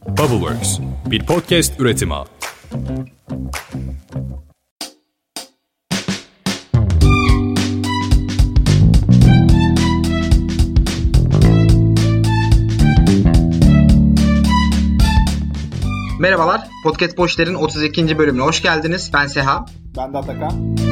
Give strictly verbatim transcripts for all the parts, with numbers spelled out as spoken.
Bubbleworks, bir podcast üretimi. Merhabalar, Podcast Boşler'in otuz ikinci bölümüne hoş geldiniz. Ben Seha. Ben de Atakan.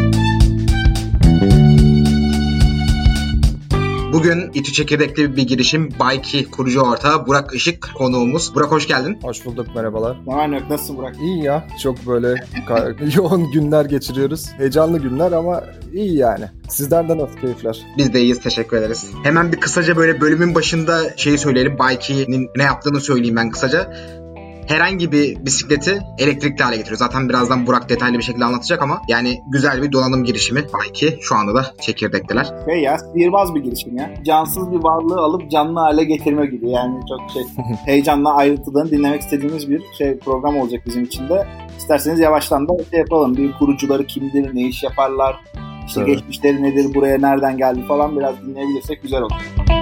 Bugün İTÜ Çekirdek'te bir girişim Bayki kurucu ortağı Burak Işık konuğumuz. Burak hoş geldin. Hoş bulduk, merhabalar. Ne var ne yok, nasılsın Burak? İyi ya, çok böyle yoğun günler geçiriyoruz. Heyecanlı günler ama iyi yani. Sizlerden nasıl keyifler? Biz de iyiyiz, teşekkür ederiz. Hemen bir kısaca böyle bölümün başında şeyi söyleyelim. Bayki'nin ne yaptığını söyleyeyim ben kısaca. Herhangi bir bisikleti elektrikli hale getiriyor. Zaten birazdan Burak detaylı bir şekilde anlatacak ama yani güzel bir donanım girişimi Bayki. Şu anda da çekirdekteler. Şey ya, sihirbaz bir girişim ya. Cansız bir varlığı alıp canlı hale getirme gibi. Yani çok şey heyecanla ayrıntılarını dinlemek istediğimiz bir şey program olacak bizim için de. İsterseniz yavaştan da şey yapalım. Bir kurucuları kimdir, ne iş yaparlar, işte evet. Geçmişleri nedir, buraya nereden geldi falan biraz dinleyebilirsek güzel olur.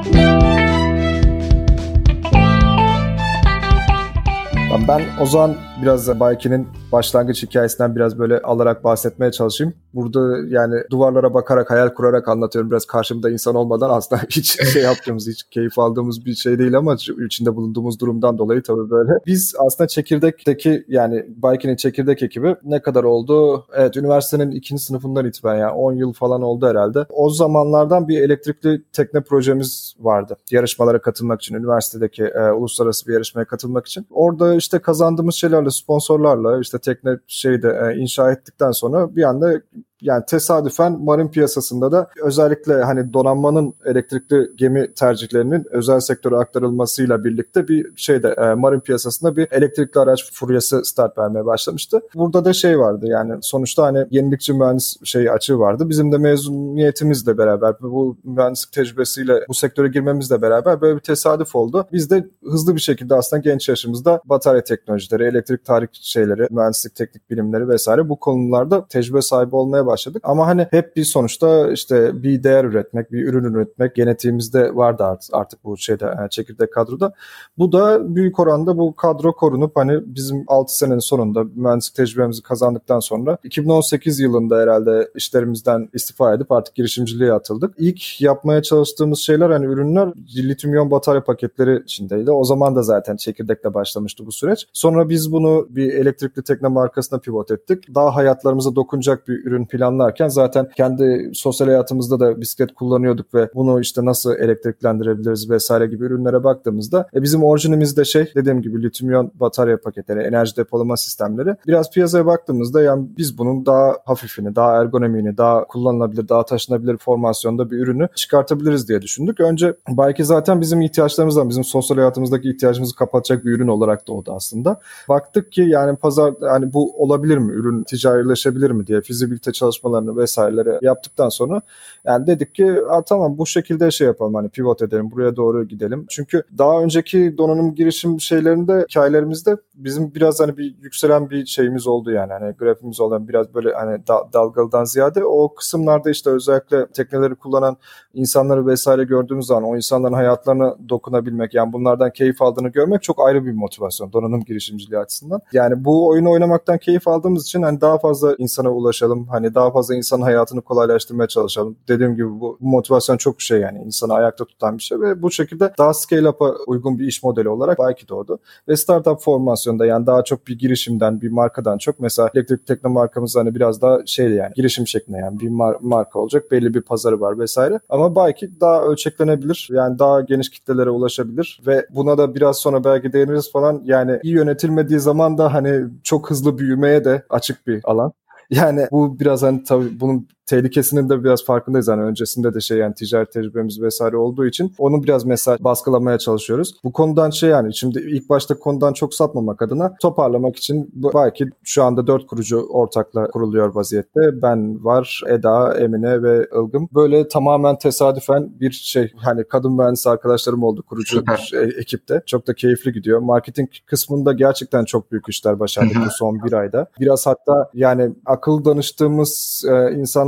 Ben o zaman biraz da Bayki'nin başlangıç hikayesinden biraz böyle alarak bahsetmeye çalışayım. Burada yani duvarlara bakarak, hayal kurarak anlatıyorum. Biraz karşımda insan olmadan aslında hiç şey yaptığımız, hiç keyif aldığımız bir şey değil ama içinde bulunduğumuz durumdan dolayı tabii böyle. Biz aslında çekirdekteki yani Bayki'nin çekirdek ekibi ne kadar oldu? Evet, üniversitenin ikinci sınıfından itibaren yani on yıl falan oldu herhalde. O zamanlardan bir elektrikli tekne projemiz vardı. Yarışmalara katılmak için, üniversitedeki e, uluslararası bir yarışmaya katılmak için. Orada işte kazandığımız şeylerle, sponsorlarla işte tekne şeyde e, inşa ettikten sonra bir anda yani tesadüfen marin piyasasında da özellikle hani donanmanın elektrikli gemi tercihlerinin özel sektöre aktarılmasıyla birlikte bir şeyde e, marin piyasasında bir elektrikli araç furyası start vermeye başlamıştı. Burada da şey vardı yani sonuçta hani yenilikçi mühendis şey açığı vardı. Bizim de mezuniyetimizle beraber bu mühendislik tecrübesiyle bu sektöre girmemizle beraber böyle bir tesadüf oldu. Biz de hızlı bir şekilde aslında genç yaşımızda batarya teknolojileri, elektrik tarih şeyleri, mühendislik teknik bilimleri vesaire bu konularda tecrübe sahibi olmaya başladık. başladık. Ama hani hep bir sonuçta işte bir değer üretmek, bir ürün üretmek genetiğimizde vardı artık, artık bu şeyde yani çekirdek kadroda. Bu da büyük oranda bu kadro korunup hani bizim altı senenin sonunda mühendislik tecrübemizi kazandıktan sonra iki bin on sekiz yılında herhalde işlerimizden istifa edip artık girişimciliğe atıldık. İlk yapmaya çalıştığımız şeyler hani ürünler lityum iyon batarya paketleri içindeydi. O zaman da zaten çekirdekle başlamıştı bu süreç. Sonra biz bunu bir elektrikli tekne markasına pivot ettik. Daha hayatlarımıza dokunacak bir ürün planlarken zaten kendi sosyal hayatımızda da bisiklet kullanıyorduk ve bunu işte nasıl elektriklendirebiliriz vesaire gibi ürünlere baktığımızda e bizim orijinimiz de şey dediğim gibi lityum iyon batarya paketleri, enerji depolama sistemleri. Biraz piyasaya baktığımızda yani biz bunun daha hafifini, daha ergonomini, daha kullanılabilir, daha taşınabilir formasyonda bir ürünü çıkartabiliriz diye düşündük. Önce belki zaten bizim ihtiyaçlarımızdan, bizim sosyal hayatımızdaki ihtiyacımızı kapatacak bir ürün olarak doğdu aslında. Baktık ki yani pazar hani bu olabilir mi? Ürün ticarileşebilir mi diye fizibilite çalışmalarını vesaireleri yaptıktan sonra yani dedik ki tamam bu şekilde şey yapalım hani pivot edelim buraya doğru gidelim. Çünkü daha önceki donanım girişim şeylerinde hikayelerimizde bizim biraz hani bir yükselen bir şeyimiz oldu yani hani grafimiz olan biraz böyle hani da, dalgalıdan ziyade o kısımlarda işte özellikle tekneleri kullanan insanları vesaire gördüğümüz zaman o insanların hayatlarına dokunabilmek yani bunlardan keyif aldığını görmek çok ayrı bir motivasyon donanım girişimciliği açısından. Yani bu oyunu oynamaktan keyif aldığımız için hani daha fazla insana ulaşalım hani daha fazla insanın hayatını kolaylaştırmaya çalışalım. Dediğim gibi bu motivasyon çok şey yani insanı ayakta tutan bir şey ve bu şekilde daha scale-up'a uygun bir iş modeli olarak Bayki doğdu. Ve startup formasyonda yani daha çok bir girişimden, bir markadan çok mesela elektrik tekne markamız hani biraz daha şeydi yani girişim şeklinde yani bir mar- marka olacak. Belli bir pazarı var vesaire. Ama Bayki daha ölçeklenebilir. Yani daha geniş kitlelere ulaşabilir ve buna da biraz sonra belki değiniriz falan. Yani iyi yönetilmediği zaman da hani çok hızlı büyümeye de açık bir alan. Yani bu biraz hani tabii bunun tehlikesinin de biraz farkındayız. Yani öncesinde de şey yani ticaret tecrübemiz vesaire olduğu için onu biraz mesela baskılamaya çalışıyoruz. Bu konudan şey yani şimdi ilk başta konudan çok sapmamak adına toparlamak için belki şu anda dört kurucu ortakla kuruluyor vaziyette. Ben var, Eda, Emine ve Ilgım. Böyle tamamen tesadüfen bir şey hani kadın mühendis arkadaşlarım oldu kurucu bir ekipte. Çok da keyifli gidiyor. Marketing kısmında gerçekten çok büyük işler başardık bu son bir ayda. Biraz hatta yani akıl danıştığımız e, insanlar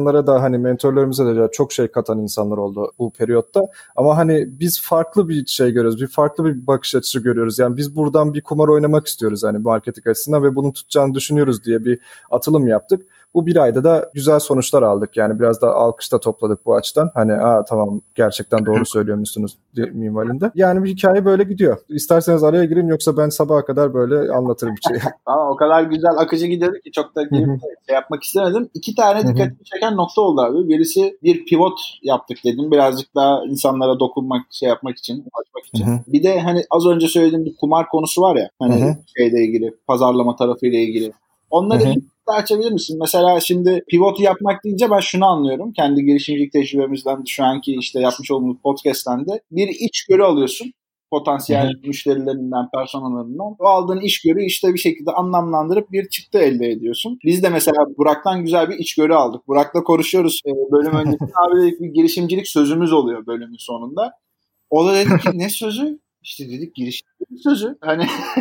insanlara da hani mentörlerimize de çok şey katan insanlar oldu bu periyotta. Ama hani biz farklı bir şey görüyoruz. Bir farklı bir bakış açısı görüyoruz. Yani biz buradan bir kumar oynamak istiyoruz hani marketing açısından ve bunun tutacağını düşünüyoruz diye bir atılım yaptık. Bu bir ayda da güzel sonuçlar aldık. Yani biraz da alkış da topladık bu açıdan. Hani aa tamam gerçekten doğru söylüyormuşsunuz minvalinde. Yani bir hikaye böyle gidiyor. İsterseniz araya girin yoksa ben sabaha kadar böyle anlatırım bir şey. Tamam, o kadar güzel akıcı gidiyordu ki çok da girip şey yapmak istemedim. İki tane dikkatimi çeken nokta oldu abi. Birisi bir pivot yaptık dedim. Birazcık daha insanlara dokunmak, şey yapmak için, ulaşmak için. Hı-hı. Bir de hani az önce söylediğim bir kumar konusu var ya. Hani Hı-hı. şeyle ilgili, pazarlama tarafıyla ilgili. Onları Hı-hı. açabilir misin? Mesela şimdi pivot yapmak deyince ben şunu anlıyorum. Kendi girişimcilik tecrübemizden, şu anki işte yapmış olduğumuz podcast'ten de bir içgörü alıyorsun. Potansiyel Hı-hı. müşterilerinden, personelerinden. O aldığın içgörü işte bir şekilde anlamlandırıp bir çıktı elde ediyorsun. Biz de mesela Burak'tan güzel bir içgörü aldık. Burak'la konuşuyoruz. Bölüm öncesinde abi dedik bir girişimcilik sözümüz oluyor bölümün sonunda. O da dedi ki ne sözü? İşte dedik girişimcilik sözü. Hani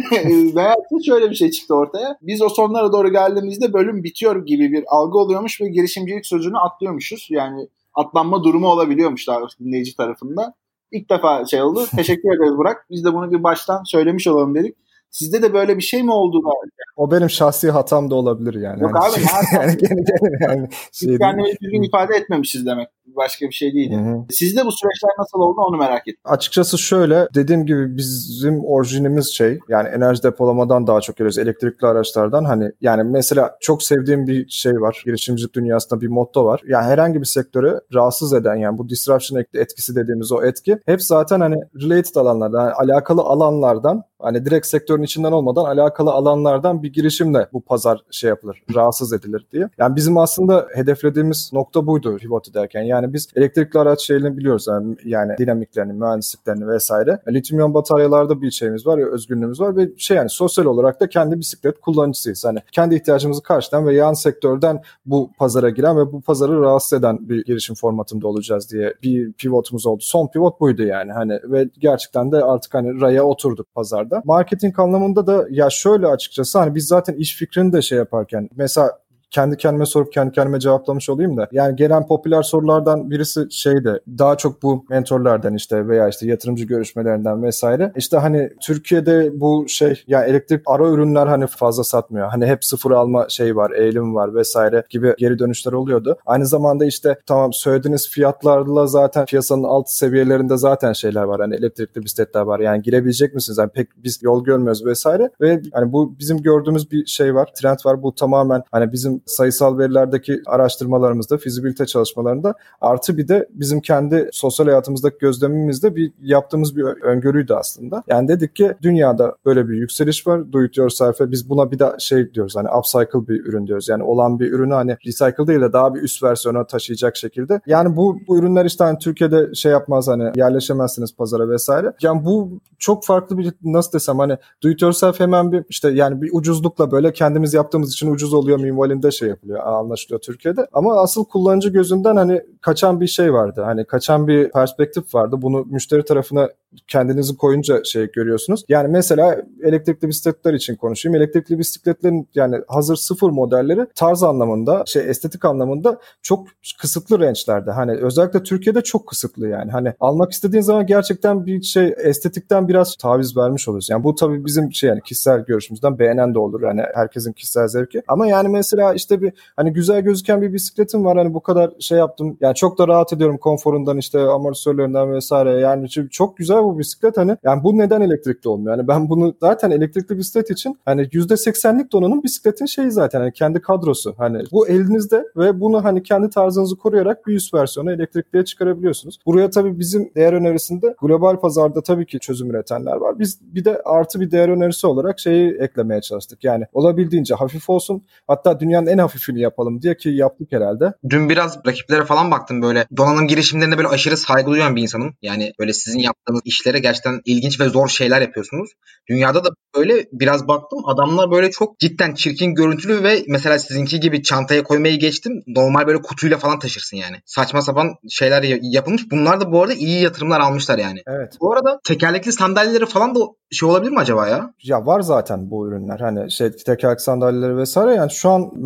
meğerse şöyle bir şey çıktı ortaya. Biz o sonlara doğru geldiğimizde bölüm bitiyor gibi bir algı oluyormuş ve girişimcilik sözünü atlıyormuşuz. Yani atlanma durumu olabiliyormuş daha dinleyici tarafından. İlk defa şey oldu. Teşekkür ederiz Burak. Biz de bunu bir baştan söylemiş olalım dedik. Sizde de böyle bir şey mi oldu? O benim şahsi hatam da olabilir yani. Yok hani abi. Şey, yani, yani, yani, şey Biz kendimizi düzgün ifade etmemişiz demek. Başka bir şey değil. Hı-hı. Sizde bu süreçler nasıl oldu onu merak ettim. Açıkçası şöyle, dediğim gibi bizim orijinimiz şey, yani enerji depolamadan daha çok geliyoruz. Elektrikli araçlardan hani yani mesela çok sevdiğim bir şey var. Girişimcilik dünyasında bir motto var. Yani herhangi bir sektöre rahatsız eden yani bu disruption etkisi dediğimiz o etki hep zaten hani related alanlardan, yani alakalı alanlardan hani direkt sektörün içinden olmadan alakalı alanlardan bir girişimle bu pazar şey yapılır, rahatsız edilir diye. Yani bizim aslında hedeflediğimiz nokta buydu pivot ederken. Yani biz elektrikli araç şeylerini biliyoruz yani, yani dinamiklerini, mühendisliklerini vesaire. Lityum iyon bataryalarda bir şeyimiz var ya, özgünlüğümüz var ve şey yani sosyal olarak da kendi bisiklet kullanıcısıyız. Hani kendi ihtiyacımızı karşılayan ve yan sektörden bu pazara giren ve bu pazarı rahatsız eden bir girişim formatında olacağız diye bir pivotumuz oldu. Son pivot buydu yani hani ve gerçekten de artık hani raya oturduk pazarda. Marketing anlamında da ya şöyle açıkçası hani biz zaten iş fikrini de şey yaparken mesela kendi kendime sorup kendi kendime cevaplamış olayım da yani gelen popüler sorulardan birisi şeydi daha çok bu mentorlardan işte veya işte yatırımcı görüşmelerinden vesaire işte hani Türkiye'de bu şey ya elektrik ara ürünler hani fazla satmıyor hani hep sıfır alma şey var eğilim var vesaire gibi geri dönüşler oluyordu. Aynı zamanda işte tamam söylediğiniz fiyatlarla zaten piyasanın alt seviyelerinde zaten şeyler var hani elektrikli bisikletler var yani girebilecek misiniz yani pek biz yol görmüyoruz vesaire ve hani bu bizim gördüğümüz bir şey var trend var bu tamamen hani bizim sayısal verilerdeki araştırmalarımızda, fizibilite çalışmalarında artı bir de bizim kendi sosyal hayatımızdaki gözlemimizde bir yaptığımız bir öngörüydü aslında. Yani dedik ki dünyada böyle bir yükseliş var. Do it yourself'e biz buna bir de şey diyoruz hani upcycle bir ürün diyoruz. Yani olan bir ürünü hani recycle değil de daha bir üst versiyona taşıyacak şekilde. Yani bu, bu ürünler işte hani Türkiye'de şey yapmaz hani yerleşemezsiniz pazara vesaire. Yani bu çok farklı bir nasıl desem hani do it yourself hemen bir işte yani bir ucuzlukla böyle kendimiz yaptığımız için ucuz oluyor minvalinde şey yapılıyor, anlaşılıyor Türkiye'de. Ama asıl kullanıcı gözünden hani kaçan bir şey vardı. Hani kaçan bir perspektif vardı. Bunu müşteri tarafına kendinizi koyunca şey görüyorsunuz. Yani mesela elektrikli bisikletler için konuşayım. Elektrikli bisikletlerin yani hazır sıfır modelleri tarz anlamında, şey estetik anlamında çok kısıtlı range'lerde. Hani özellikle Türkiye'de çok kısıtlı yani. Hani almak istediğin zaman gerçekten bir şey estetikten biraz taviz vermiş oluyorsun. Yani bu tabii bizim şey yani kişisel görüşümüzden beğenen de olur. Yani herkesin kişisel zevki. Ama yani mesela işte bir hani güzel gözüken bir bisikletim var. Hani bu kadar şey yaptım. Yani çok da rahat ediyorum konforundan işte amortisörlerinden vesaire. Yani çok güzel bu bisiklet hani. Yani bu neden elektrikli olmuyor? Yani ben bunu zaten elektrikli bisiklet için hani yüzde seksenlik donanım bisikletin şeyi zaten hani kendi kadrosu. Hani bu elinizde ve bunu hani kendi tarzınızı koruyarak bir üst versiyonu elektrikliye çıkarabiliyorsunuz. Buraya tabii bizim değer önerisinde global pazarda tabii ki çözüm üretenler var. Biz bir de artı bir değer önerisi olarak şeyi eklemeye çalıştık. Yani olabildiğince hafif olsun. Hatta dünyanın en hafifini yapalım diye ki yaptık herhalde. Dün biraz rakiplere falan baktım böyle. Donanım girişimlerine böyle aşırı saygı duyan bir insanım. Yani böyle sizin yaptığınız işlere gerçekten ilginç ve zor şeyler yapıyorsunuz. Dünyada da böyle biraz baktım. Adamlar böyle çok cidden çirkin görüntülü ve mesela sizinki gibi çantaya koymayı geçtim. Normal böyle kutuyla falan taşırsın yani. Saçma sapan şeyler yapılmış. Bunlar da bu arada iyi yatırımlar almışlar yani. Evet. Bu arada tekerlekli sandalyeleri falan da şey olabilir mi acaba ya? Ya var zaten bu ürünler. Hani şey tekerlekli sandalyeleri vesaire yani şu an mesela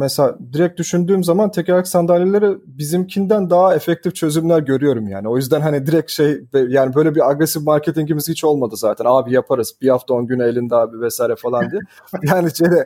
mesela direkt düşündüğüm zaman tekerlekli sandalyeleri bizimkinden daha efektif çözümler görüyorum yani. O yüzden hani direkt şey yani böyle bir agresif marketingimiz hiç olmadı zaten. Abi yaparız bir hafta on gün elinde abi vesaire falan diye. Yani şeyde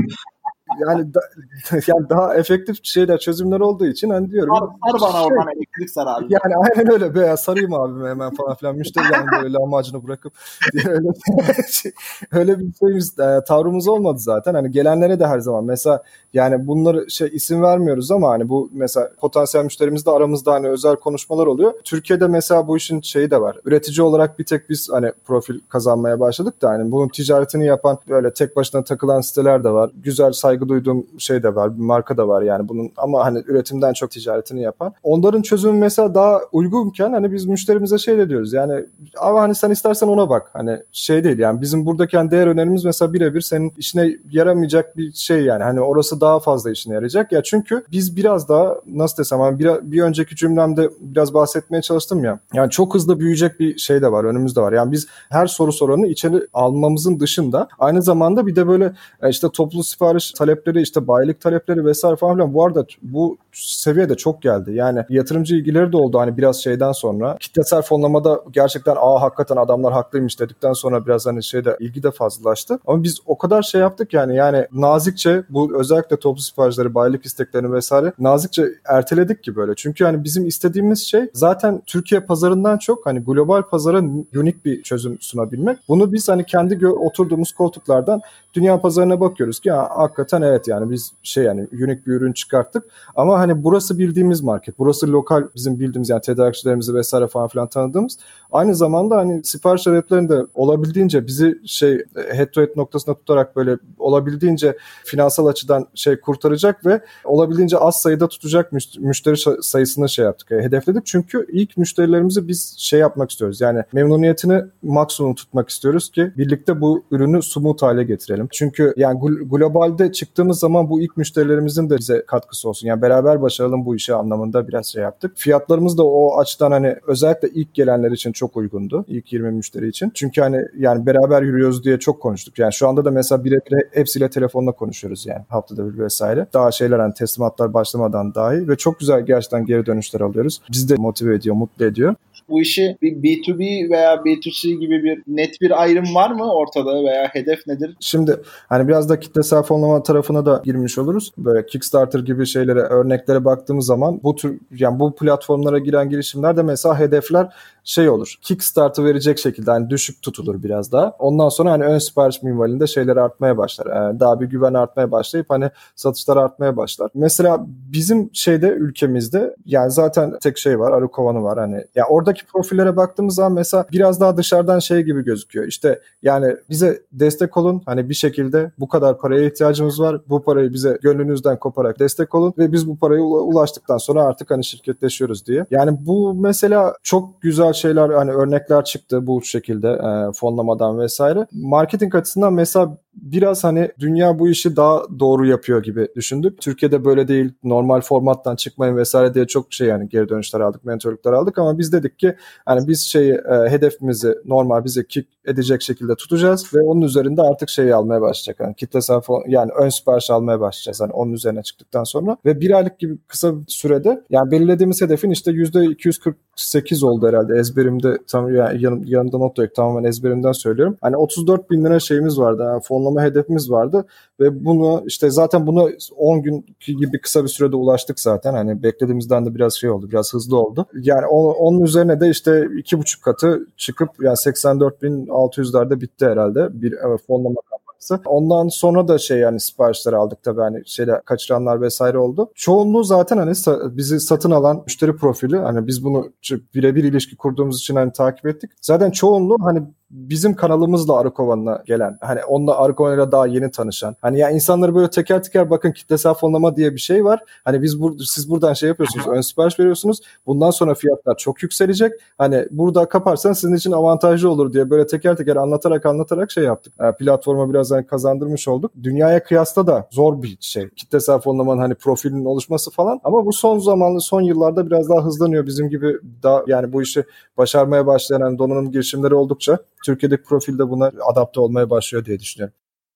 yani da, yani daha efektif şeyler çözümler olduğu için hani diyorum. Sar, sar bana şey, oradan elektrik sar abi. Yani aynen öyle be ya sarayım abime hemen falan filan müşteri yani böyle lahmacunu bırakıp öyle, öyle bir şeyimiz e, tavrımız olmadı zaten. Hani gelenlere de her zaman mesela yani bunları şey isim vermiyoruz ama hani bu mesela potansiyel müşterimizle aramızda hani özel konuşmalar oluyor. Türkiye'de mesela bu işin şeyi de var. Üretici olarak bir tek biz hani profil kazanmaya başladık da hani bunun ticaretini yapan böyle tek başına takılan siteler de var. Güzel saygı duyduğum şey de var. Bir marka da var yani bunun ama hani üretimden çok ticaretini yapan. Onların çözümü mesela daha uygunken hani biz müşterimize şey de diyoruz yani ama hani sen istersen ona bak. Hani şey değil yani bizim buradaki hani değer önerimiz mesela birebir senin işine yaramayacak bir şey yani. Hani orası daha fazla işine yarayacak. Ya çünkü biz biraz daha nasıl desem hani bir, bir önceki cümlemde biraz bahsetmeye çalıştım ya. Yani çok hızlı büyüyecek bir şey de var. Önümüzde var. Yani biz her soru soranı içeri almamızın dışında aynı zamanda bir de böyle işte toplu sipariş talepleri işte bayilik talepleri vesaire falan filan bu arada bu seviyede çok geldi. Yani yatırımcı ilgileri de oldu hani biraz şeyden sonra. Kitlesel fonlamada gerçekten aa hakikaten adamlar haklıymış dedikten sonra biraz hani şeyde ilgi de fazlalaştı. Ama biz o kadar şey yaptık yani yani nazikçe bu özellikle toplu siparişleri, bayilik isteklerini vesaire nazikçe erteledik ki böyle. Çünkü hani bizim istediğimiz şey zaten Türkiye pazarından çok hani global pazara unik bir çözüm sunabilmek. Bunu biz hani kendi gö- oturduğumuz koltuklardan dünya pazarına bakıyoruz ki ya, hakikaten evet yani biz şey yani unik bir ürün çıkarttık ama hani burası bildiğimiz market. Burası lokal bizim bildiğimiz yani tedarikçilerimizi vesaire falan filan tanıdığımız. Aynı zamanda hani sipariş taleplerini de olabildiğince bizi şey head to head noktasına tutarak böyle olabildiğince finansal açıdan şey kurtaracak ve olabildiğince az sayıda tutacak müşteri sayısını şey yaptık. Yani hedefledik çünkü ilk müşterilerimizi biz şey yapmak istiyoruz. Yani memnuniyetini maksimum tutmak istiyoruz ki birlikte bu ürünü smooth hale getirelim. Çünkü yani globalde çıktığımız zaman bu ilk müşterilerimizin de bize katkısı olsun. Yani beraber başaralım bu işi anlamında biraz şey yaptık. Fiyatlarımız da o açıdan hani özellikle ilk gelenler için çok uygundu. İlk yirmi müşteri için. Çünkü hani yani beraber yürüyoruz diye çok konuştuk. Yani şu anda da mesela birebir hepsiyle telefonla konuşuyoruz yani haftada bir vesaire. Daha şeyler hani teslimatlar başlamadan dahi ve çok güzel gerçekten geri dönüşler alıyoruz. Bizi de motive ediyor, mutlu ediyor. Bu işi bir B iki B veya B iki C gibi bir net bir ayrım var mı ortada veya hedef nedir? Şimdi hani biraz da kitlesel fonlama tarafına da girmiş oluruz. Böyle Kickstarter gibi şeylere, örneklere baktığımız zaman bu tür yani bu platformlara giren girişimlerde mesela hedefler şey olur. Kickstart'ı verecek şekilde hani düşük tutulur biraz daha. Ondan sonra hani ön sipariş minvalinde şeyler artmaya başlar. Yani daha bir güven artmaya başlayıp hani satışlar artmaya başlar. Mesela bizim şeyde ülkemizde yani zaten tek şey var. Arı kovanı var hani. Ya oradaki profillere baktığımız zaman mesela biraz daha dışarıdan şey gibi gözüküyor. İşte yani bize destek olun. Hani bir şekilde bu kadar paraya ihtiyacımız var. Bu parayı bize gönlünüzden koparak destek olun ve biz bu paraya ulaştıktan sonra artık hani şirketleşiyoruz diye. Yani bu mesela çok güzel şeyler hani örnekler çıktı bu şekilde e, fonlamadan vesaire. Marketing açısından mesela biraz hani dünya bu işi daha doğru yapıyor gibi düşündük. Türkiye'de böyle değil. Normal formattan çıkmayın vesaire diye çok şey yani geri dönüşler aldık, mentorluklar aldık ama biz dedik ki hani biz şeyi e, hedefimizi normal bize kick edecek şekilde tutacağız ve onun üzerinde artık şeyi almaya başlayacak. Yani kitlesel yani ön sipariş almaya başlayacağız. Hani onun üzerine çıktıktan sonra ve bir aylık gibi kısa bir sürede yani belirlediğimiz hedefin işte yüzde iki yüz kırk sekiz oldu herhalde. Ezberimde tam yani yanım, yanımda not da yok. Tamamen ezberimden söylüyorum. Hani otuz dört bin lira şeyimiz vardı. Yani fonlama hedefimiz vardı ve bunu işte zaten bunu on gün gibi kısa bir sürede ulaştık zaten. Hani beklediğimizden de biraz şey oldu. Biraz hızlı oldu. Yani onun üzerine de işte iki buçuk katı çıkıp yani seksen dört bin altı yüzlerde bitti herhalde. Bir fonlama kampanyası. Ondan sonra da şey yani siparişleri aldık tabii hani şeyle kaçıranlar vesaire oldu. Çoğunluğu zaten hani bizi satın alan müşteri profili hani biz bunu birebir ilişki kurduğumuz için hani takip ettik. Zaten çoğunluğu hani bizim kanalımızla Arı Kovanı'na gelen, hani onunla Arı Kovanı'yla daha yeni tanışan. Hani ya insanları böyle teker teker bakın kitlesel fonlama diye bir şey var. Hani biz bur- siz buradan şey yapıyorsunuz, ön sipariş veriyorsunuz. Bundan sonra fiyatlar çok yükselecek. Hani burada kaparsanız sizin için avantajlı olur diye böyle teker teker anlatarak anlatarak şey yaptık. Yani platforma biraz hani kazandırmış olduk. Dünyaya kıyasla da zor bir şey. Kitlesel fonlamanın hani profilinin oluşması falan. Ama bu son zamanlı, son yıllarda biraz daha hızlanıyor. Bizim gibi daha yani bu işi başarmaya başlayan hani donanım girişimleri oldukça Türkiye'deki profil de buna adapte olmaya başlıyor diye düşünüyorum.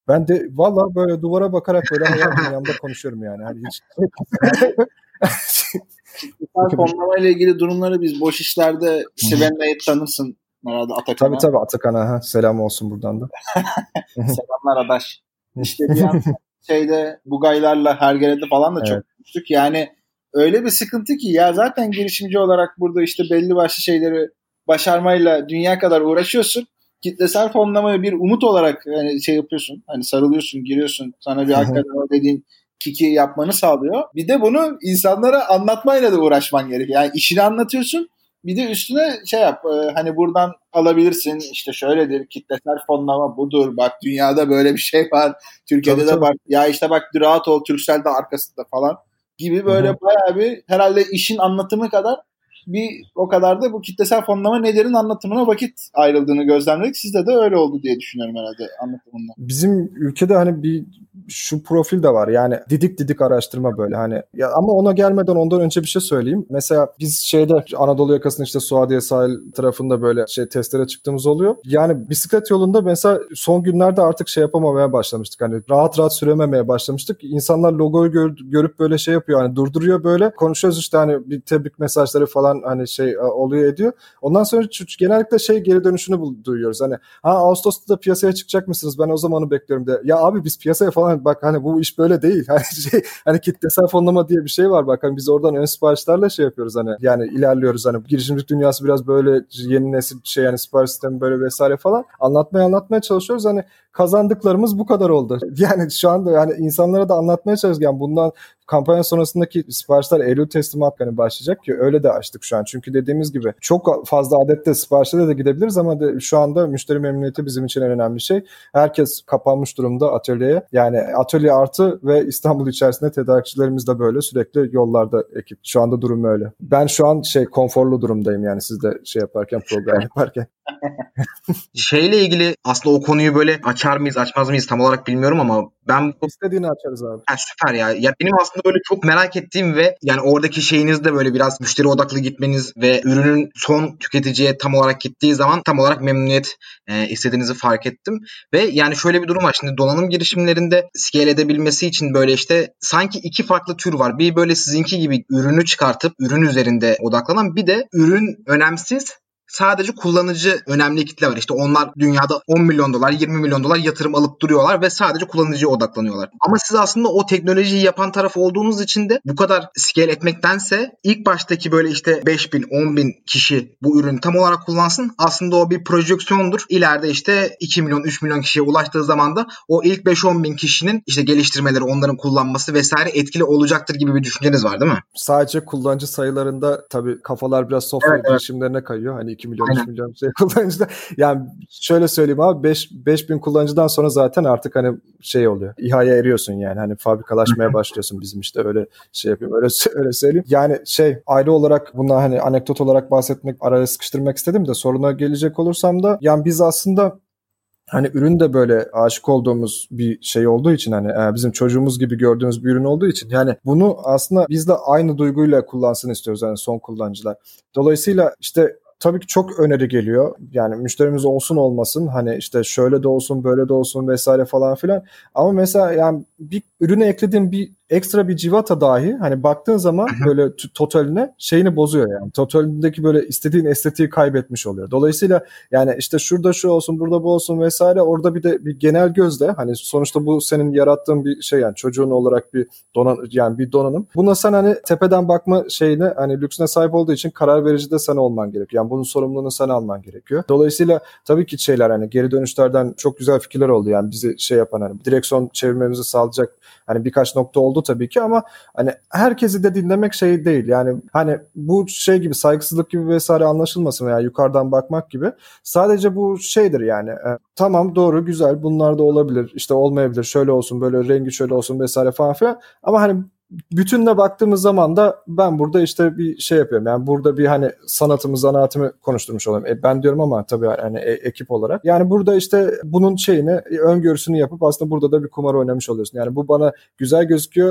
Ben de valla böyle duvara bakarak böyle hayal dünyamda konuşuyorum yani. Hani hiç fonlama ile ilgili durumları biz boş işlerde Sven'le tanırsın herhalde Atakan'a. Tabii tabii Atakan'a. Ha. Selam olsun buradan da. Selamlar Adaş. İşte bir an şeyde Bugaylarla Hergele'de falan da evet. Çok konuştuk. Yani öyle bir sıkıntı ki ya zaten girişimci olarak burada işte belli başlı şeyleri başarmayla dünya kadar uğraşıyorsun. Kitlesel fonlamaya bir umut olarak yani şey yapıyorsun. Hani sarılıyorsun, giriyorsun. Sana bir hakikaten o dediğin kiki yapmanı sağlıyor. Bir de bunu insanlara anlatmayla da uğraşman gerekiyor. Yani işini anlatıyorsun. Bir de üstüne şey yap. E, hani buradan alabilirsin. İşte şöyledir. Kitlesel fonlama budur. Bak dünyada böyle bir şey var. Türkiye'de tabii, de tabii. Bak. Ya işte bak rahat ol. Turkcell de arkasında falan. Gibi böyle Hı-hı. bayağı bir herhalde işin anlatımı kadar bir o kadar da bu kitlesel fonlama nelerin anlatımına vakit ayrıldığını gözlemledik. Sizde de öyle oldu diye düşünüyorum herhalde anlatımında. Bizim ülkede hani bir şu profil de var. Yani didik didik araştırma böyle hani ya ama ona gelmeden ondan önce bir şey söyleyeyim. Mesela biz şeyde Anadolu yakasının işte Suadiye sahil tarafında böyle şey testlere çıktığımız oluyor. Yani bisiklet yolunda mesela son günlerde artık şey yapamamaya başlamıştık. Hani rahat rahat sürememeye başlamıştık. İnsanlar logoyu gör, görüp böyle şey yapıyor hani durduruyor böyle. Konuşuyoruz işte hani bir tebrik mesajları falan hani şey oluyor ediyor. Ondan sonra genellikle şey geri dönüşünü duyuyoruz. Hani ha Ağustos'ta da piyasaya çıkacak mısınız? Ben o zamanı bekliyorum de. Ya abi biz piyasaya falan bak hani bu iş böyle değil. Hani şey hani kitlesel fonlama diye bir şey var bak hani biz oradan ön siparişlerle şey yapıyoruz hani yani ilerliyoruz hani girişimcilik dünyası biraz böyle yeni nesil şey yani sipariş sistemi böyle vesaire falan anlatmaya anlatmaya çalışıyoruz hani kazandıklarımız bu kadar oldu. Yani şu anda yani insanlara da anlatmaya çalışıyoruz yani bundan kampanya sonrasındaki siparişler Eylül teslimat hani başlayacak ki öyle de açtık şu an. Çünkü dediğimiz gibi çok fazla adette siparişlere de gidebiliriz ama de şu anda müşteri memnuniyeti bizim için en önemli şey. Herkes kapanmış durumda atölyeye. Yani atölye artı ve İstanbul içerisinde tedarikçilerimiz de böyle sürekli yollarda ekip. Şu anda durum öyle. Ben şu an şey konforlu durumdayım yani siz de şey yaparken program yaparken. Şeyle ilgili aslında o konuyu böyle açar mıyız açmaz mıyız tam olarak bilmiyorum ama ben istediğini açarız abi. Yani süper ya. Ya benim aslında böyle çok merak ettiğim ve yani oradaki şeyiniz de böyle biraz müşteri odaklı gitmeniz ve ürünün son tüketiciye tam olarak gittiği zaman tam olarak memnuniyet e, istediğinizi fark ettim. Ve yani şöyle bir durum var. Şimdi donanım girişimlerinde scale edebilmesi için böyle işte sanki iki farklı tür var. Bir böyle sizinki gibi ürünü çıkartıp ürün üzerinde odaklanan bir de ürün önemsiz sadece kullanıcı önemli kitle var. İşte onlar dünyada on milyon dolar, yirmi milyon dolar yatırım alıp duruyorlar ve sadece kullanıcıya odaklanıyorlar. Ama siz aslında o teknolojiyi yapan taraf olduğunuz için de bu kadar scale etmektense ilk baştaki böyle işte beş bin, on bin kişi bu ürünü tam olarak kullansın. Aslında o bir projeksiyondur. İleride işte iki milyon, üç milyon kişiye ulaştığı zaman da o ilk beş on bin kişinin işte geliştirmeleri, onların kullanması vesaire etkili olacaktır gibi bir düşünceniz var değil mi? Sadece kullanıcı sayılarında tabii kafalar biraz software evet, girişimlerine evet. kayıyor. Hani iki milyon, üç milyon şey kullanıcıda. Yani şöyle söyleyeyim abi beş bin kullanıcıdan sonra zaten artık hani şey oluyor. İHA'ya eriyorsun yani. Hani fabrikalaşmaya başlıyorsun bizim işte öyle şey yapayım. Öyle öyle söyleyeyim. Yani şey ayrı olarak bundan hani anekdot olarak bahsetmek, araya sıkıştırmak istedim de soruna gelecek olursam da yani biz aslında hani ürün de böyle aşık olduğumuz bir şey olduğu için hani bizim çocuğumuz gibi gördüğümüz bir ürün olduğu için yani bunu aslında biz de aynı duyguyla kullansın istiyoruz yani son kullanıcılar. Dolayısıyla işte tabii ki çok öneri geliyor. Yani müşterimiz olsun olmasın hani işte şöyle de olsun böyle de olsun vesaire falan filan. Ama mesela yani bir ürüne eklediğim bir ekstra bir civata dahi hani baktığın zaman böyle t- totaline şeyini bozuyor yani. Totalindeki böyle istediğin estetiği kaybetmiş oluyor. Dolayısıyla yani işte şurada şu olsun burada bu olsun vesaire orada bir de bir genel gözle hani sonuçta bu senin yarattığın bir şey yani çocuğun olarak bir donan yani bir donanım. Buna sen hani tepeden bakma şeyine hani lüksüne sahip olduğu için karar verici de sen olman gerekiyor. Yani bunun sorumluluğunu sen alman gerekiyor. Dolayısıyla tabii ki şeyler hani geri dönüşlerden çok güzel fikirler oldu yani bizi şey yapan hani direksiyon çevirmemizi sağlayacak hani birkaç nokta oldu tabii ki ama hani herkesi de dinlemek şey değil. Yani hani bu şey gibi saygısızlık gibi vesaire anlaşılmasın veya yukarıdan bakmak gibi. Sadece bu şeydir yani e, tamam doğru güzel bunlar da olabilir işte olmayabilir şöyle olsun böyle rengi şöyle olsun vesaire falan filan ama hani bütünle baktığımız zaman da ben burada işte bir şey yapıyorum. Yani burada bir hani sanatımı, zanaatımı konuşturmuş olayım. E ben diyorum ama tabii hani e- ekip olarak. Yani burada işte bunun şeyini, öngörüsünü yapıp aslında burada da bir kumar oynamış oluyorsun. Yani bu bana güzel gözüküyor. Hani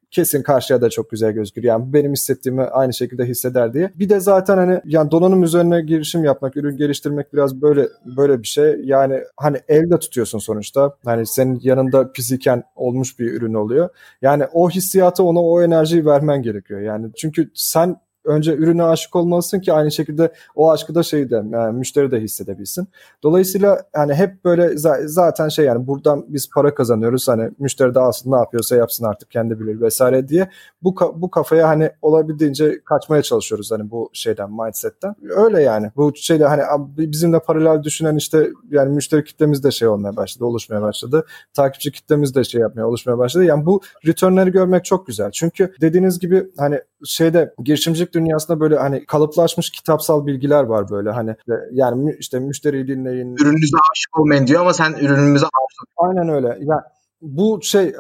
kesin karşıya da çok güzel gözükür. Yani benim hissettiğimi aynı şekilde hisseder diye. Bir de zaten hani yani donanım üzerine girişim yapmak, ürün geliştirmek biraz böyle böyle bir şey. Yani hani elde tutuyorsun sonuçta. Hani senin yanında fiziken olmuş bir ürün oluyor. Yani o hissiyatı, ona o enerjiyi vermen gerekiyor. Yani çünkü sen önce ürüne aşık olmalısın ki aynı şekilde o aşkı da şeyde yani müşteri de hissedebilsin. Dolayısıyla hani hep böyle zaten şey yani buradan biz para kazanıyoruz. Hani müşteri de aslında ne yapıyorsa yapsın artık kendi bilir vesaire diye bu bu kafaya hani olabildiğince kaçmaya çalışıyoruz hani bu şeyden, mindsetten. Öyle yani. Bu şeyde hani bizimle paralel düşünen işte yani müşteri kitlemiz de şey olmaya başladı, oluşmaya başladı. Takipçi kitlemiz de şey yapmaya, oluşmaya başladı. Yani bu returnleri görmek çok güzel. Çünkü dediğiniz gibi hani şeyde girişimcilik dünyasında böyle hani kalıplaşmış kitapsal bilgiler var böyle hani yani işte müşteriyi dinleyin. Ürününüze aşık olmayın diyor ama sen ürünümüze aşık. Aynen öyle. Yani bu şey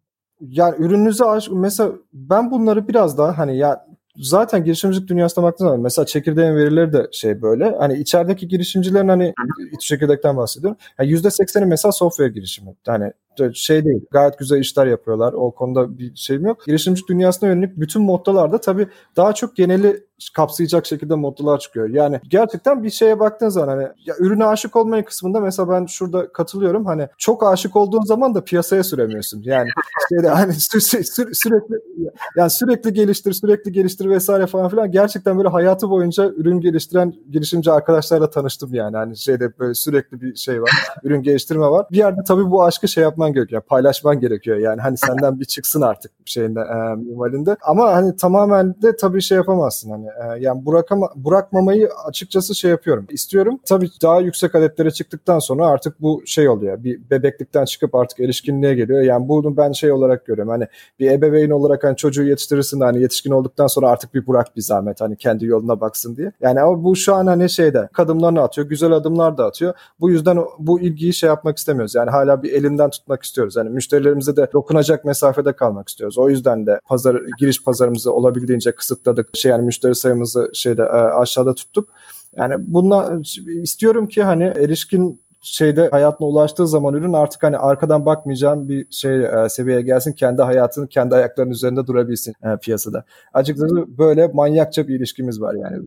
yani ürününüze aşık mesela ben bunları biraz daha hani ya zaten girişimcilik dünyasına baktığınız zaman mesela çekirdeğin verileri de şey böyle hani içerideki girişimcilerin hani İTÜ Çekirdek'ten bahsediyorum. Yani yüzde sekseni mesela software girişimi. Hani şey değil. Gayet güzel işler yapıyorlar. O konuda bir şeyim yok. Girişimcilik dünyasına yönelik bütün mottolarda tabii daha çok geneli kapsayacak şekilde mottolar çıkıyor. Yani gerçekten bir şeye baktığın zaman hani ya ürüne aşık olmayı kısmında mesela ben şurada katılıyorum. Hani çok aşık olduğun zaman da piyasaya süremiyorsun. Yani şeyde hani sü- sü- sürekli yani sürekli geliştir, sürekli geliştir vesaire falan filan. Gerçekten böyle hayatı boyunca ürün geliştiren girişimci arkadaşlarla tanıştım yani. Hani şeyde böyle sürekli bir şey var. Ürün geliştirme var. Bir yerde tabii bu aşkı şey yapman gerekiyor. Paylaşman gerekiyor. Yani hani senden bir çıksın artık şeyinde e, minvalinde. Ama hani tamamen de tabii şey yapamazsın hani. E, yani bırakama, bırakmamayı açıkçası şey yapıyorum. İstiyorum. Tabii daha yüksek adetlere çıktıktan sonra artık bu şey oluyor. Bir bebeklikten çıkıp artık erişkinliğe geliyor. Yani bunu ben şey olarak görüyorum. Hani bir ebeveyn olarak hani çocuğu yetiştirirsin de hani yetişkin olduktan sonra artık bir bırak bir zahmet hani kendi yoluna baksın diye. Yani ama bu şu an hani şeyde adımlarını atıyor. Güzel adımlar da atıyor. Bu yüzden bu ilgiyi şey yapmak istemiyoruz. Yani hala bir elinden tutmak istiyoruz. Yani müşterilerimize de dokunacak mesafede kalmak istiyoruz. O yüzden de pazar giriş pazarımızı olabildiğince kısıtladık. Şey yani müşteri sayımızı şeyde aşağıda tuttuk. Yani bundan istiyorum ki hani erişkin şeyde hayatına ulaştığı zaman ürün artık hani arkadan bakmayacağım bir şey e, seviyeye gelsin. Kendi hayatını kendi ayaklarının üzerinde durabilsin e, piyasada. Açıkçası böyle manyakça bir ilişkimiz var yani.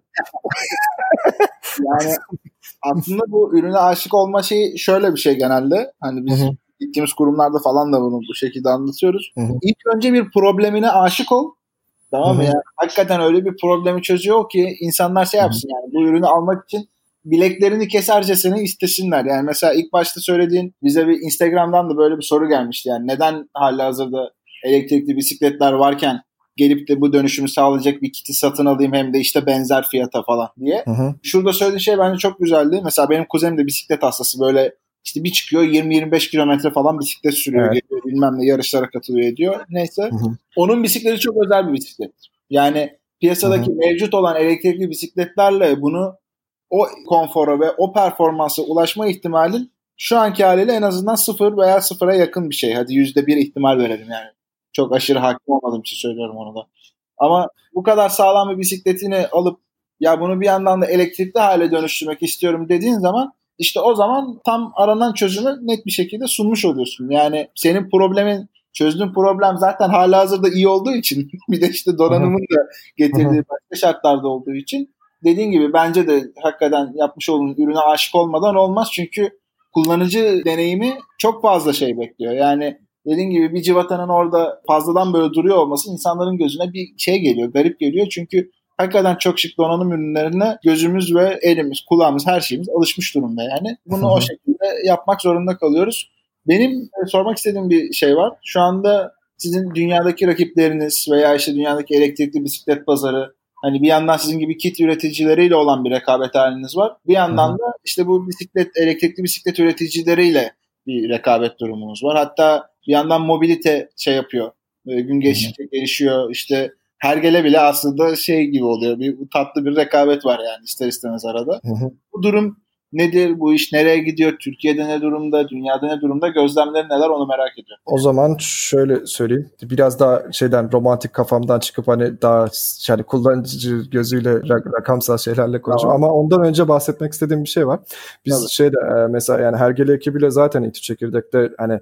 Yani aslında bu ürüne aşık olma şeyi şöyle bir şey genelde. Hani biz Hı-hı. gittiğimiz kurumlarda falan da bunu bu şekilde anlatıyoruz. Hı-hı. İlk önce bir problemine aşık ol. Tamam mı? Yani hakikaten öyle bir problemi çözüyor ki insanlar şey yapsın Hı-hı. yani bu ürünü almak için bileklerini kesercesine istesinler. Yani mesela ilk başta söylediğin bize bir Instagram'dan da böyle bir soru gelmişti. Yani neden halihazırda elektrikli bisikletler varken gelip de bu dönüşümü sağlayacak bir kiti satın alayım hem de işte benzer fiyata falan diye. Hı hı. Şurada söylediğin şey bence çok güzeldi. Mesela benim kuzenim de bisiklet hastası, böyle işte bir çıkıyor yirmi yirmi beş kilometre falan bisiklet sürüyor. Evet. Geliyor, bilmem ne yarışlara katılıyor ediyor. Neyse. Hı hı. Onun bisikleti çok özel bir bisiklet. Yani piyasadaki hı hı. mevcut olan elektrikli bisikletlerle bunu o konfora ve o performansa ulaşma ihtimalin şu anki haliyle en azından sıfır veya sıfıra yakın bir şey. Hadi yüzde bir ihtimal verelim yani. Çok aşırı hakim olmadığım için söylüyorum onu da. Ama bu kadar sağlam bir bisikletini alıp ya bunu bir yandan da elektrikli hale dönüştürmek istiyorum dediğin zaman işte o zaman tam aranan çözümü net bir şekilde sunmuş oluyorsun. Yani senin problemin, çözdüğün problem zaten halihazırda iyi olduğu için bir de işte donanımın da getirdiği başka şartlarda olduğu için dediğin gibi bence de hakikaten yapmış olduğun ürüne aşık olmadan olmaz. Çünkü kullanıcı deneyimi çok fazla şey bekliyor. Yani dediğim gibi bir civatanın orada fazladan böyle duruyor olması insanların gözüne bir şey geliyor, garip geliyor. Çünkü hakikaten çok şık donanım ürünlerine gözümüz ve elimiz, kulağımız, her şeyimiz alışmış durumda yani. Bunu o şekilde yapmak zorunda kalıyoruz. Benim sormak istediğim bir şey var. Şu anda sizin dünyadaki rakipleriniz veya işte dünyadaki elektrikli bisiklet pazarı, hani bir yandan sizin gibi kit üreticileriyle olan bir rekabet haliniz var. Bir yandan da işte bu bisiklet, elektrikli bisiklet üreticileriyle bir rekabet durumunuz var. Hatta bir yandan mobilite şey yapıyor. Gün geçtikçe gelişiyor. İşte Hergele bile aslında şey gibi oluyor. Bir tatlı bir rekabet var yani ister istemez arada. Hı hı. Bu durum nedir? Bu iş nereye gidiyor? Türkiye'de ne durumda? Dünyada ne durumda? Gözlemleri neler? Onu merak ediyorum. O zaman şöyle söyleyeyim. Biraz daha şeyden romantik kafamdan çıkıp hani daha yani kullanıcı gözüyle rak- rakamsal şeylerle konuşuyorum. Tamam. Ama ondan önce bahsetmek istediğim bir şey var. Biz Tabii. şeyde mesela yani Hergele ekibiyle zaten İTÜ Çekirdek'te hani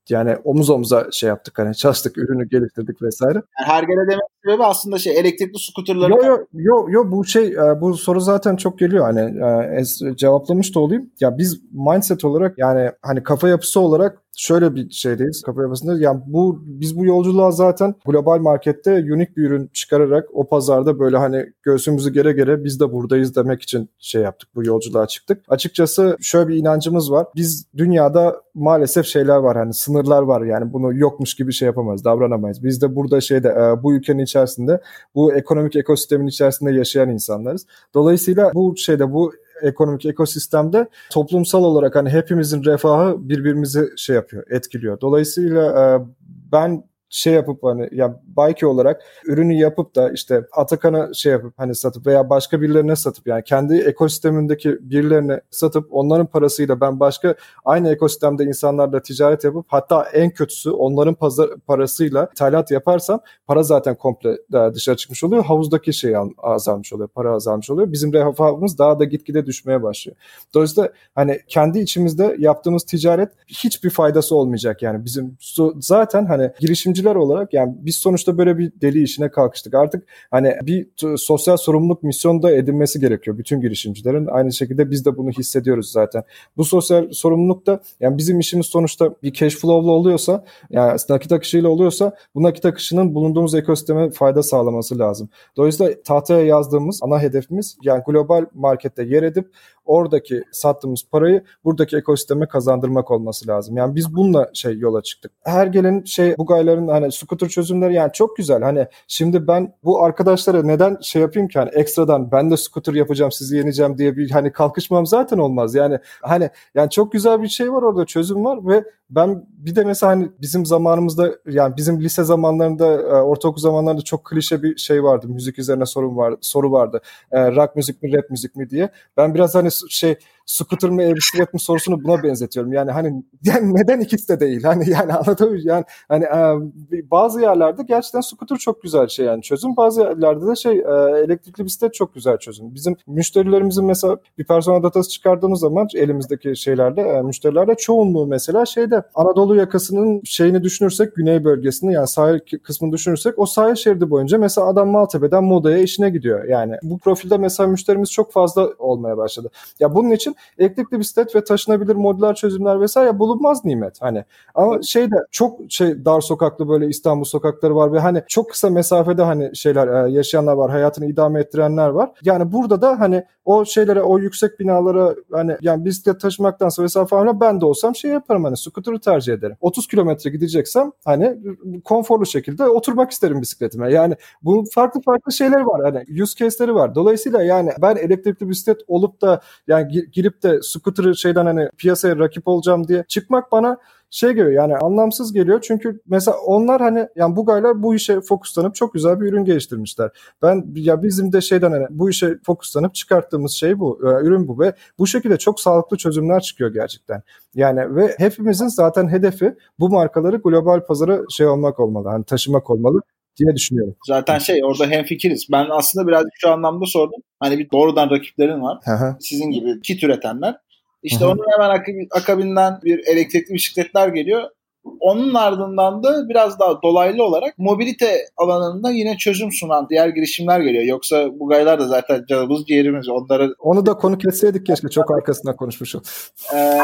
yani omuz omuza şey yaptık, hani çalıştık, ürünü geliştirdik vesaire. Yani Hergele demek sebebi aslında şey, elektrikli skuterları... Yo yo yo yo bu şey bu soru zaten çok geliyor, hani cevaplamış da olayım. Ya biz mindset olarak, yani hani kafa yapısı olarak şöyle bir şeydeyiz, kafa yapısında. Yani bu biz bu yolculuğa zaten global markette unik bir ürün çıkararak o pazarda böyle hani göğsümüzü gere gere biz de buradayız demek için şey yaptık, bu yolculuğa çıktık. Açıkçası şöyle bir inancımız var. Biz dünyada maalesef şeyler var, hani sınırlar var, yani bunu yokmuş gibi şey yapamayız, davranamayız. Biz de burada şeyde bu ülkenin içerisinde, bu ekonomik ekosistemin içerisinde yaşayan insanlarız. Dolayısıyla bu şeyde, bu ekonomik ekosistemde toplumsal olarak hani hepimizin refahı birbirimizi şey yapıyor, etkiliyor. Dolayısıyla ben şey yapıp hani ya Bayki olarak ürünü yapıp da işte Atakan'a şey yapıp hani satıp veya başka birilerine satıp, yani kendi ekosistemindeki birilerine satıp onların parasıyla ben başka aynı ekosistemde insanlarla ticaret yapıp, hatta en kötüsü onların pazar, parasıyla ithalat yaparsam para zaten komple dışarı çıkmış oluyor. Havuzdaki şey azalmış oluyor, para azalmış oluyor. Bizim refahımız daha da gitgide düşmeye başlıyor. Dolayısıyla hani kendi içimizde yaptığımız ticaret hiçbir faydası olmayacak yani. Bizim zaten hani girişimci olarak, yani biz sonuçta böyle bir deli işine kalkıştık. Artık hani bir t- sosyal sorumluluk misyonu da edinmesi gerekiyor bütün girişimcilerin. Aynı şekilde biz de bunu hissediyoruz zaten. Bu sosyal sorumluluk da, yani bizim işimiz sonuçta bir cash flow'la oluyorsa, yani nakit akışıyla oluyorsa, bu nakit akışının bulunduğumuz ekosisteme fayda sağlaması lazım. Dolayısıyla tahtaya yazdığımız ana hedefimiz, yani global markette yer edip oradaki sattığımız parayı buradaki ekosisteme kazandırmak olması lazım. Yani biz bununla şey yola çıktık. Her gelen şey, bu gayların hani scooter çözümleri yani çok güzel. Hani şimdi ben bu arkadaşlara neden şey yapayım ki, hani ekstradan ben de scooter yapacağım, sizi yeneceğim diye bir hani kalkışmam zaten olmaz. Yani hani yani çok güzel bir şey var orada, çözüm var ve ben bir de mesela hani bizim zamanımızda, yani bizim lise zamanlarında, ortaokul zamanlarında çok klişe bir şey vardı. Müzik üzerine sorun vardı, soru vardı. E, rock müzik mi, rap müzik mi diye. Ben biraz hani şey, scooter mı, e-bisiklet mi sorusunu buna benzetiyorum. Yani hani yani neden ikisi de değil? Hani yani anlatabiliyor yani hani e, bazı yerlerde gerçekten scooter çok güzel şey, yani çözüm. Bazı yerlerde de şey e, elektrikli bisiklet çok güzel çözüm. Bizim müşterilerimizin mesela bir persona datası çıkardığımız zaman elimizdeki şeylerde, e, müşterilerde çoğunluğu mesela şeyde, Anadolu yakasının şeyini düşünürsek, güney bölgesini, yani sahil kısmını düşünürsek, o sahil şeridi boyunca mesela adam Maltepe'den Moda'ya işine gidiyor. Yani bu profilde mesela müşterimiz çok fazla olmaya başladı. Ya bunun için elektrikli bisiklet ve taşınabilir modüler çözümler vesaire bulunmaz nimet. Hani ama şeyde çok şey dar sokaklı böyle İstanbul sokakları var ve hani çok kısa mesafede hani şeyler yaşayanlar var, hayatını idame ettirenler var. Yani burada da hani o şeylere, o yüksek binalara hani yani bisiklet taşımaktansa vesaire falan, ben de olsam şey yaparım, hani scooter'ı tercih ederim. otuz kilometre gideceksem hani konforlu şekilde oturmak isterim bisikletime. Yani bunun farklı farklı şeyler var. Hani use case'leri var. Dolayısıyla yani ben elektrikli bisiklet olup da yani girip de scooter'ı şeyden hani piyasaya rakip olacağım diye çıkmak bana şey geliyor, yani anlamsız geliyor. Çünkü mesela onlar hani yani bu gaylar bu işe fokuslanıp çok güzel bir ürün geliştirmişler. Ben ya bizim de şeyden hani bu işe fokuslanıp çıkarttığımız şey bu, ürün bu ve bu şekilde çok sağlıklı çözümler çıkıyor gerçekten. Yani ve hepimizin zaten hedefi bu markaları global pazara şey olmak olmalı, hani taşımak olmalı diye düşünüyorum. Zaten şey, orada hemfikiriz. Ben aslında birazcık şu anlamda sordum. Hani bir doğrudan rakiplerin var. Hı-hı. Sizin gibi kit üretenler. İşte Hı-hı. onun hemen akabinden bir elektrikli bisikletler geliyor. Onun ardından da biraz daha dolaylı olarak mobilite alanında yine çözüm sunan diğer girişimler geliyor. Yoksa bu gaylar da zaten canımız ciğerimiz. Onları... Onu da konuk etseydik keşke, çok arkasından konuşmuşum. Ee,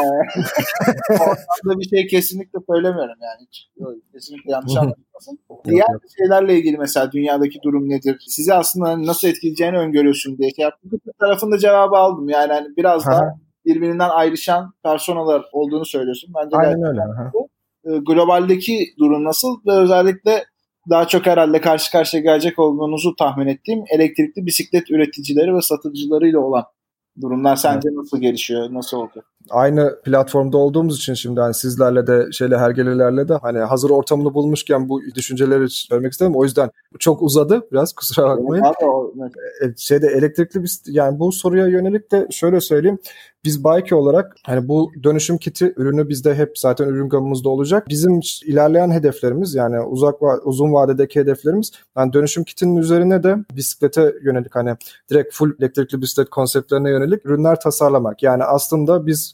orada bir şey kesinlikle söylemiyorum yani. Hiç, kesinlikle yanlış anlaşılmasın. Diğer şeylerle ilgili mesela dünyadaki durum nedir? Sizi aslında nasıl etkileyeceğini öngörüyorsun diye şey yaptım. Bir tarafında cevabı aldım. Yani hani biraz daha birbirinden ayrışan personalar olduğunu söylüyorsun. Bence aynen öyle. Bu. Globaldeki durum nasıl ve özellikle daha çok herhalde karşı karşıya gelecek olduğunuzu tahmin ettiğim elektrikli bisiklet üreticileri ve satıcılarıyla olan durumlar sence evet. nasıl gelişiyor, nasıl oldu? Aynı platformda olduğumuz için şimdi hani sizlerle de şeyle hergelelerle de hani hazır ortamını bulmuşken bu düşünceleri söylemek istedim. O yüzden çok uzadı biraz, kusura bakmayın. Evet, şeyde elektrikli bisiklet, yani bu soruya yönelik de şöyle söyleyeyim. Biz Bayki olarak hani bu dönüşüm kiti ürünü bizde hep zaten ürün gamımızda olacak. Bizim ilerleyen hedeflerimiz, yani uzak uzun vadedeki hedeflerimiz, yani dönüşüm kitinin üzerine de bisiklete yönelik, hani direkt full elektrikli bisiklet konseptlerine yönelik ürünler tasarlamak. Yani aslında biz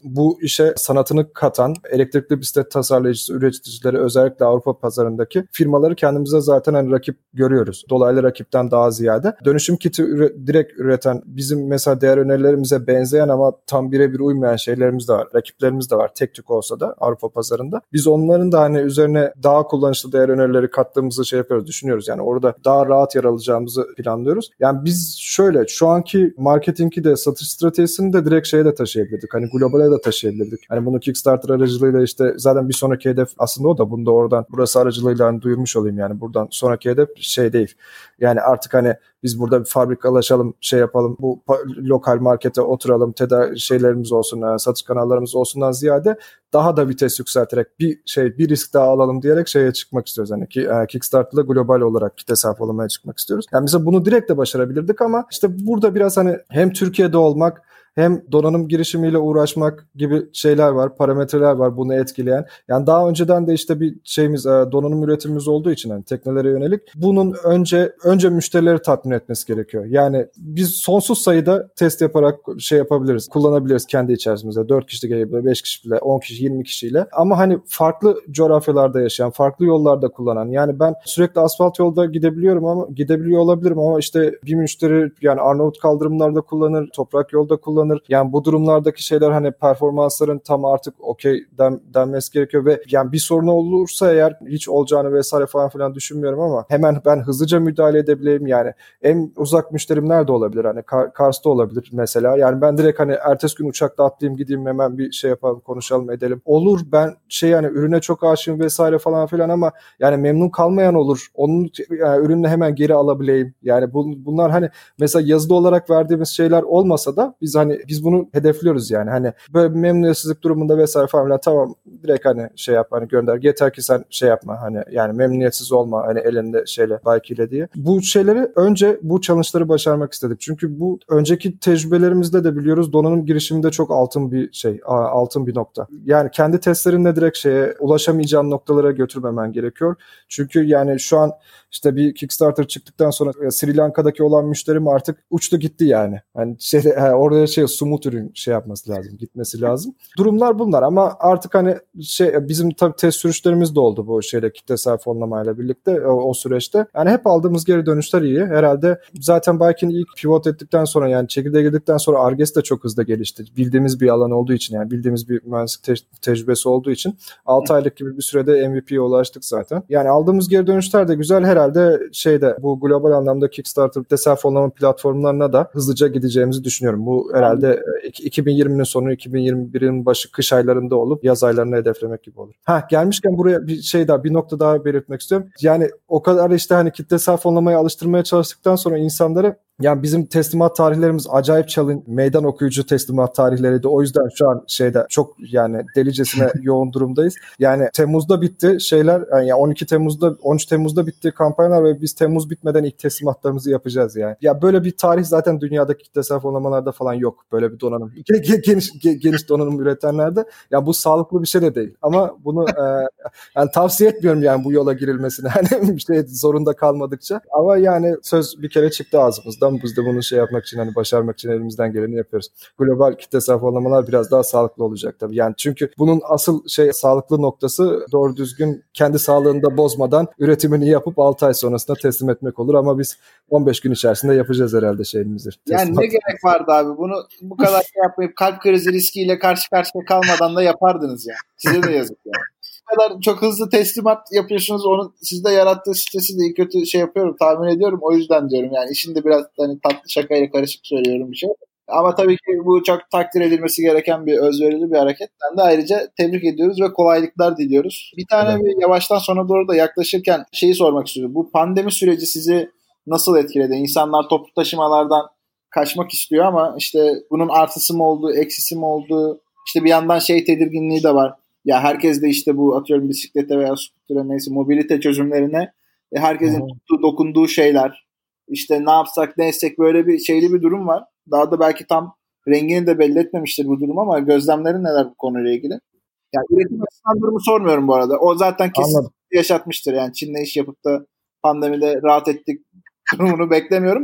bu işe sanatını katan elektrikli bisiklet tasarlayıcısı, üreticileri, özellikle Avrupa pazarındaki firmaları kendimize zaten hani rakip görüyoruz. Dolaylı rakipten daha ziyade. Dönüşüm kiti üre, direkt üreten, bizim mesela değer önerilerimize benzeyen ama tam birebir uymayan şeylerimiz de var. Rakiplerimiz de var. Tek tük olsa da Avrupa pazarında. Biz onların da hani üzerine daha kullanışlı değer önerileri kattığımızı şey yapıyoruz, düşünüyoruz. Yani orada daha rahat yer alacağımızı planlıyoruz. Yani biz şöyle, şu anki marketingi de, satış stratejisini de direkt şeye de taşıyabilirdik. Hani globale de taşıyabilirdik. Hani bunu Kickstarter aracılığıyla işte zaten bir sonraki hedef aslında o da, bunu da oradan burası aracılığıyla hani duyurmuş olayım yani. Buradan sonraki hedef şey değil. Yani artık hani biz burada bir fabrikalaşalım, şey yapalım, bu lokal markete oturalım, tedarik şeylerimiz olsun, satış kanallarımız olsundan ziyade daha da vites yükselterek bir şey, bir risk daha alalım diyerek şeye çıkmak istiyoruz. Hani ki Kickstarter'la global olarak kitlesel folamaya çıkmak istiyoruz. Yani mesela bunu direkt de başarabilirdik ama işte burada biraz hani hem Türkiye'de olmak, hem donanım girişimiyle uğraşmak gibi şeyler var, parametreler var bunu etkileyen. Yani daha önceden de işte bir şeyimiz, donanım üretimimiz olduğu için hani teknelere yönelik. Bunun önce önce müşterileri tatmin etmesi gerekiyor. Yani biz sonsuz sayıda test yaparak şey yapabiliriz, kullanabiliriz kendi içerisimizde. dört kişi gibi, beş kişi bile, on kişi, yirmi kişiyle. Ama hani farklı coğrafyalarda yaşayan, farklı yollarda kullanan. Yani ben sürekli asfalt yolda gidebiliyorum ama gidebiliyor olabilirim ama işte bir müşteri yani Arnavut kaldırımlarda kullanır, toprak yolda kullanır. Yani bu durumlardaki şeyler hani performansların tam artık okey den, denmesi gerekiyor ve yani bir sorun olursa eğer hiç olacağını vesaire falan filan düşünmüyorum ama hemen ben hızlıca müdahale edebileyim yani. En uzak müşterim nerede olabilir? Hani Kar- Kars'ta olabilir mesela. Yani ben direkt hani ertesi gün uçakta atlayayım, gideyim hemen bir şey yapalım, konuşalım, edelim. Olur, ben şey yani ürüne çok aşığım vesaire falan filan ama yani memnun kalmayan olur. Onun yani ürünü hemen geri alabileyim. Yani bu, bunlar hani mesela yazılı olarak verdiğimiz şeyler olmasa da biz hani biz bunu hedefliyoruz yani. Hani böyle memnuniyetsizlik durumunda vesaire falan tamam direkt hani şey yap, hani gönder. Yeter ki sen şey yapma hani yani memnuniyetsiz olma hani elinde şeyle, bike ile diye. Bu şeyleri önce bu challenge'ları başarmak istedik. Çünkü bu önceki tecrübelerimizde de biliyoruz, donanım girişiminde çok altın bir şey, altın bir nokta. Yani kendi testlerinle direkt şeye ulaşamayacağın noktalara götürmemen gerekiyor. Çünkü yani şu an işte bir Kickstarter çıktıktan sonra Sri Lanka'daki olan müşterim artık uçtu gitti yani. Hani şey, oraya şey sumut ürün şey yapması lazım, gitmesi lazım. Durumlar bunlar ama artık hani şey bizim tabii test sürüşlerimiz de oldu bu şeyle, kitlesel fonlamayla birlikte o, o süreçte. Yani hep aldığımız geri dönüşler iyi. Herhalde zaten Bike'in ilk pivot ettikten sonra yani çekirdeğe girdikten sonra Ar-Ge'si de çok hızlı gelişti. Bildiğimiz bir alan olduğu için yani bildiğimiz bir mühendislik te- tecrübesi olduğu için altı aylık gibi bir sürede M V P'ye ulaştık zaten. Yani aldığımız geri dönüşler de güzel. Herhalde şeyde bu global anlamda Kickstarter kitlesel fonlama platformlarına da hızlıca gideceğimizi düşünüyorum. Bu herhalde iki bin yirminin sonu, iki bin yirmi birin başı kış aylarında olup yaz aylarını hedeflemek gibi olur. Ha gelmişken buraya bir şey daha, bir nokta daha belirtmek istiyorum. Yani o kadar işte hani kitlesel fonlamaya alıştırmaya çalıştıktan sonra insanları, yani bizim teslimat tarihlerimiz acayip çalın, meydan okuyucu teslimat tarihleriydi. O yüzden şu an şeyde çok yani delicesine yoğun durumdayız. Yani Temmuz'da bitti şeyler, yani on iki Temmuz'da, on üç Temmuz'da bitti kampanyalar ve biz Temmuz bitmeden ilk teslimatlarımızı yapacağız yani. Ya böyle bir tarih zaten dünyadaki kitlesel fonlamalarda falan yok. Böyle bir donanım. Geniş, geniş donanım üretenlerde. Ya bu sağlıklı bir şey de değil. Ama bunu e, yani tavsiye etmiyorum yani bu yola girilmesini. Hani bir şey zorunda kalmadıkça. Ama yani söz bir kere çıktı ağzımızdan. Biz de bunu şey yapmak için, hani başarmak için elimizden geleni yapıyoruz. Global kitlesel fonlamalar biraz daha sağlıklı olacak tabii. Yani çünkü bunun asıl şey sağlıklı noktası doğru düzgün kendi sağlığını da bozmadan üretimini yapıp altı ay sonrasında teslim etmek olur ama biz on beş gün içerisinde yapacağız herhalde şeyimizi. Yani ne gerek vardı abi? Bunu bu kadar şey yapmayıp kalp krizi riskiyle karşı karşıya kalmadan da yapardınız ya. Size de yazık yani. Bu kadar çok hızlı teslimat yapıyorsunuz. Onun sizde yarattığı stresi de iyi kötü şey yapıyorum, tahmin ediyorum. O yüzden diyorum yani işin de biraz hani tatlı şakayla karışık söylüyorum bir şey. Ama tabii ki bu çok takdir edilmesi gereken bir özverili bir hareket. Ben de ayrıca tebrik ediyoruz ve kolaylıklar diliyoruz. Bir tane evet. Bir yavaştan sona doğru da yaklaşırken şeyi sormak istiyorum. Bu pandemi süreci sizi nasıl etkiledi? İnsanlar toplu taşımalardan kaçmak istiyor ama işte bunun artısı mı oldu, eksisi mi oldu? İşte bir yandan şey tedirginliği de var. Ya herkes de işte bu atıyorum bisiklete veya skutere neyse mobilite çözümlerine e, herkesin hmm. tuttuğu, dokunduğu şeyler. İşte ne yapsak ne etsek böyle bir şeyli bir durum var. Daha da belki tam rengini de belli etmemiştir bu durum ama gözlemlerin neler bu konuyla ilgili? Yani üretim açısından durumu sormuyorum bu arada. O zaten kesin Anladım. yaşatmıştır. Yani Çin'le iş yapıp da pandemide rahat ettik durumunu beklemiyorum da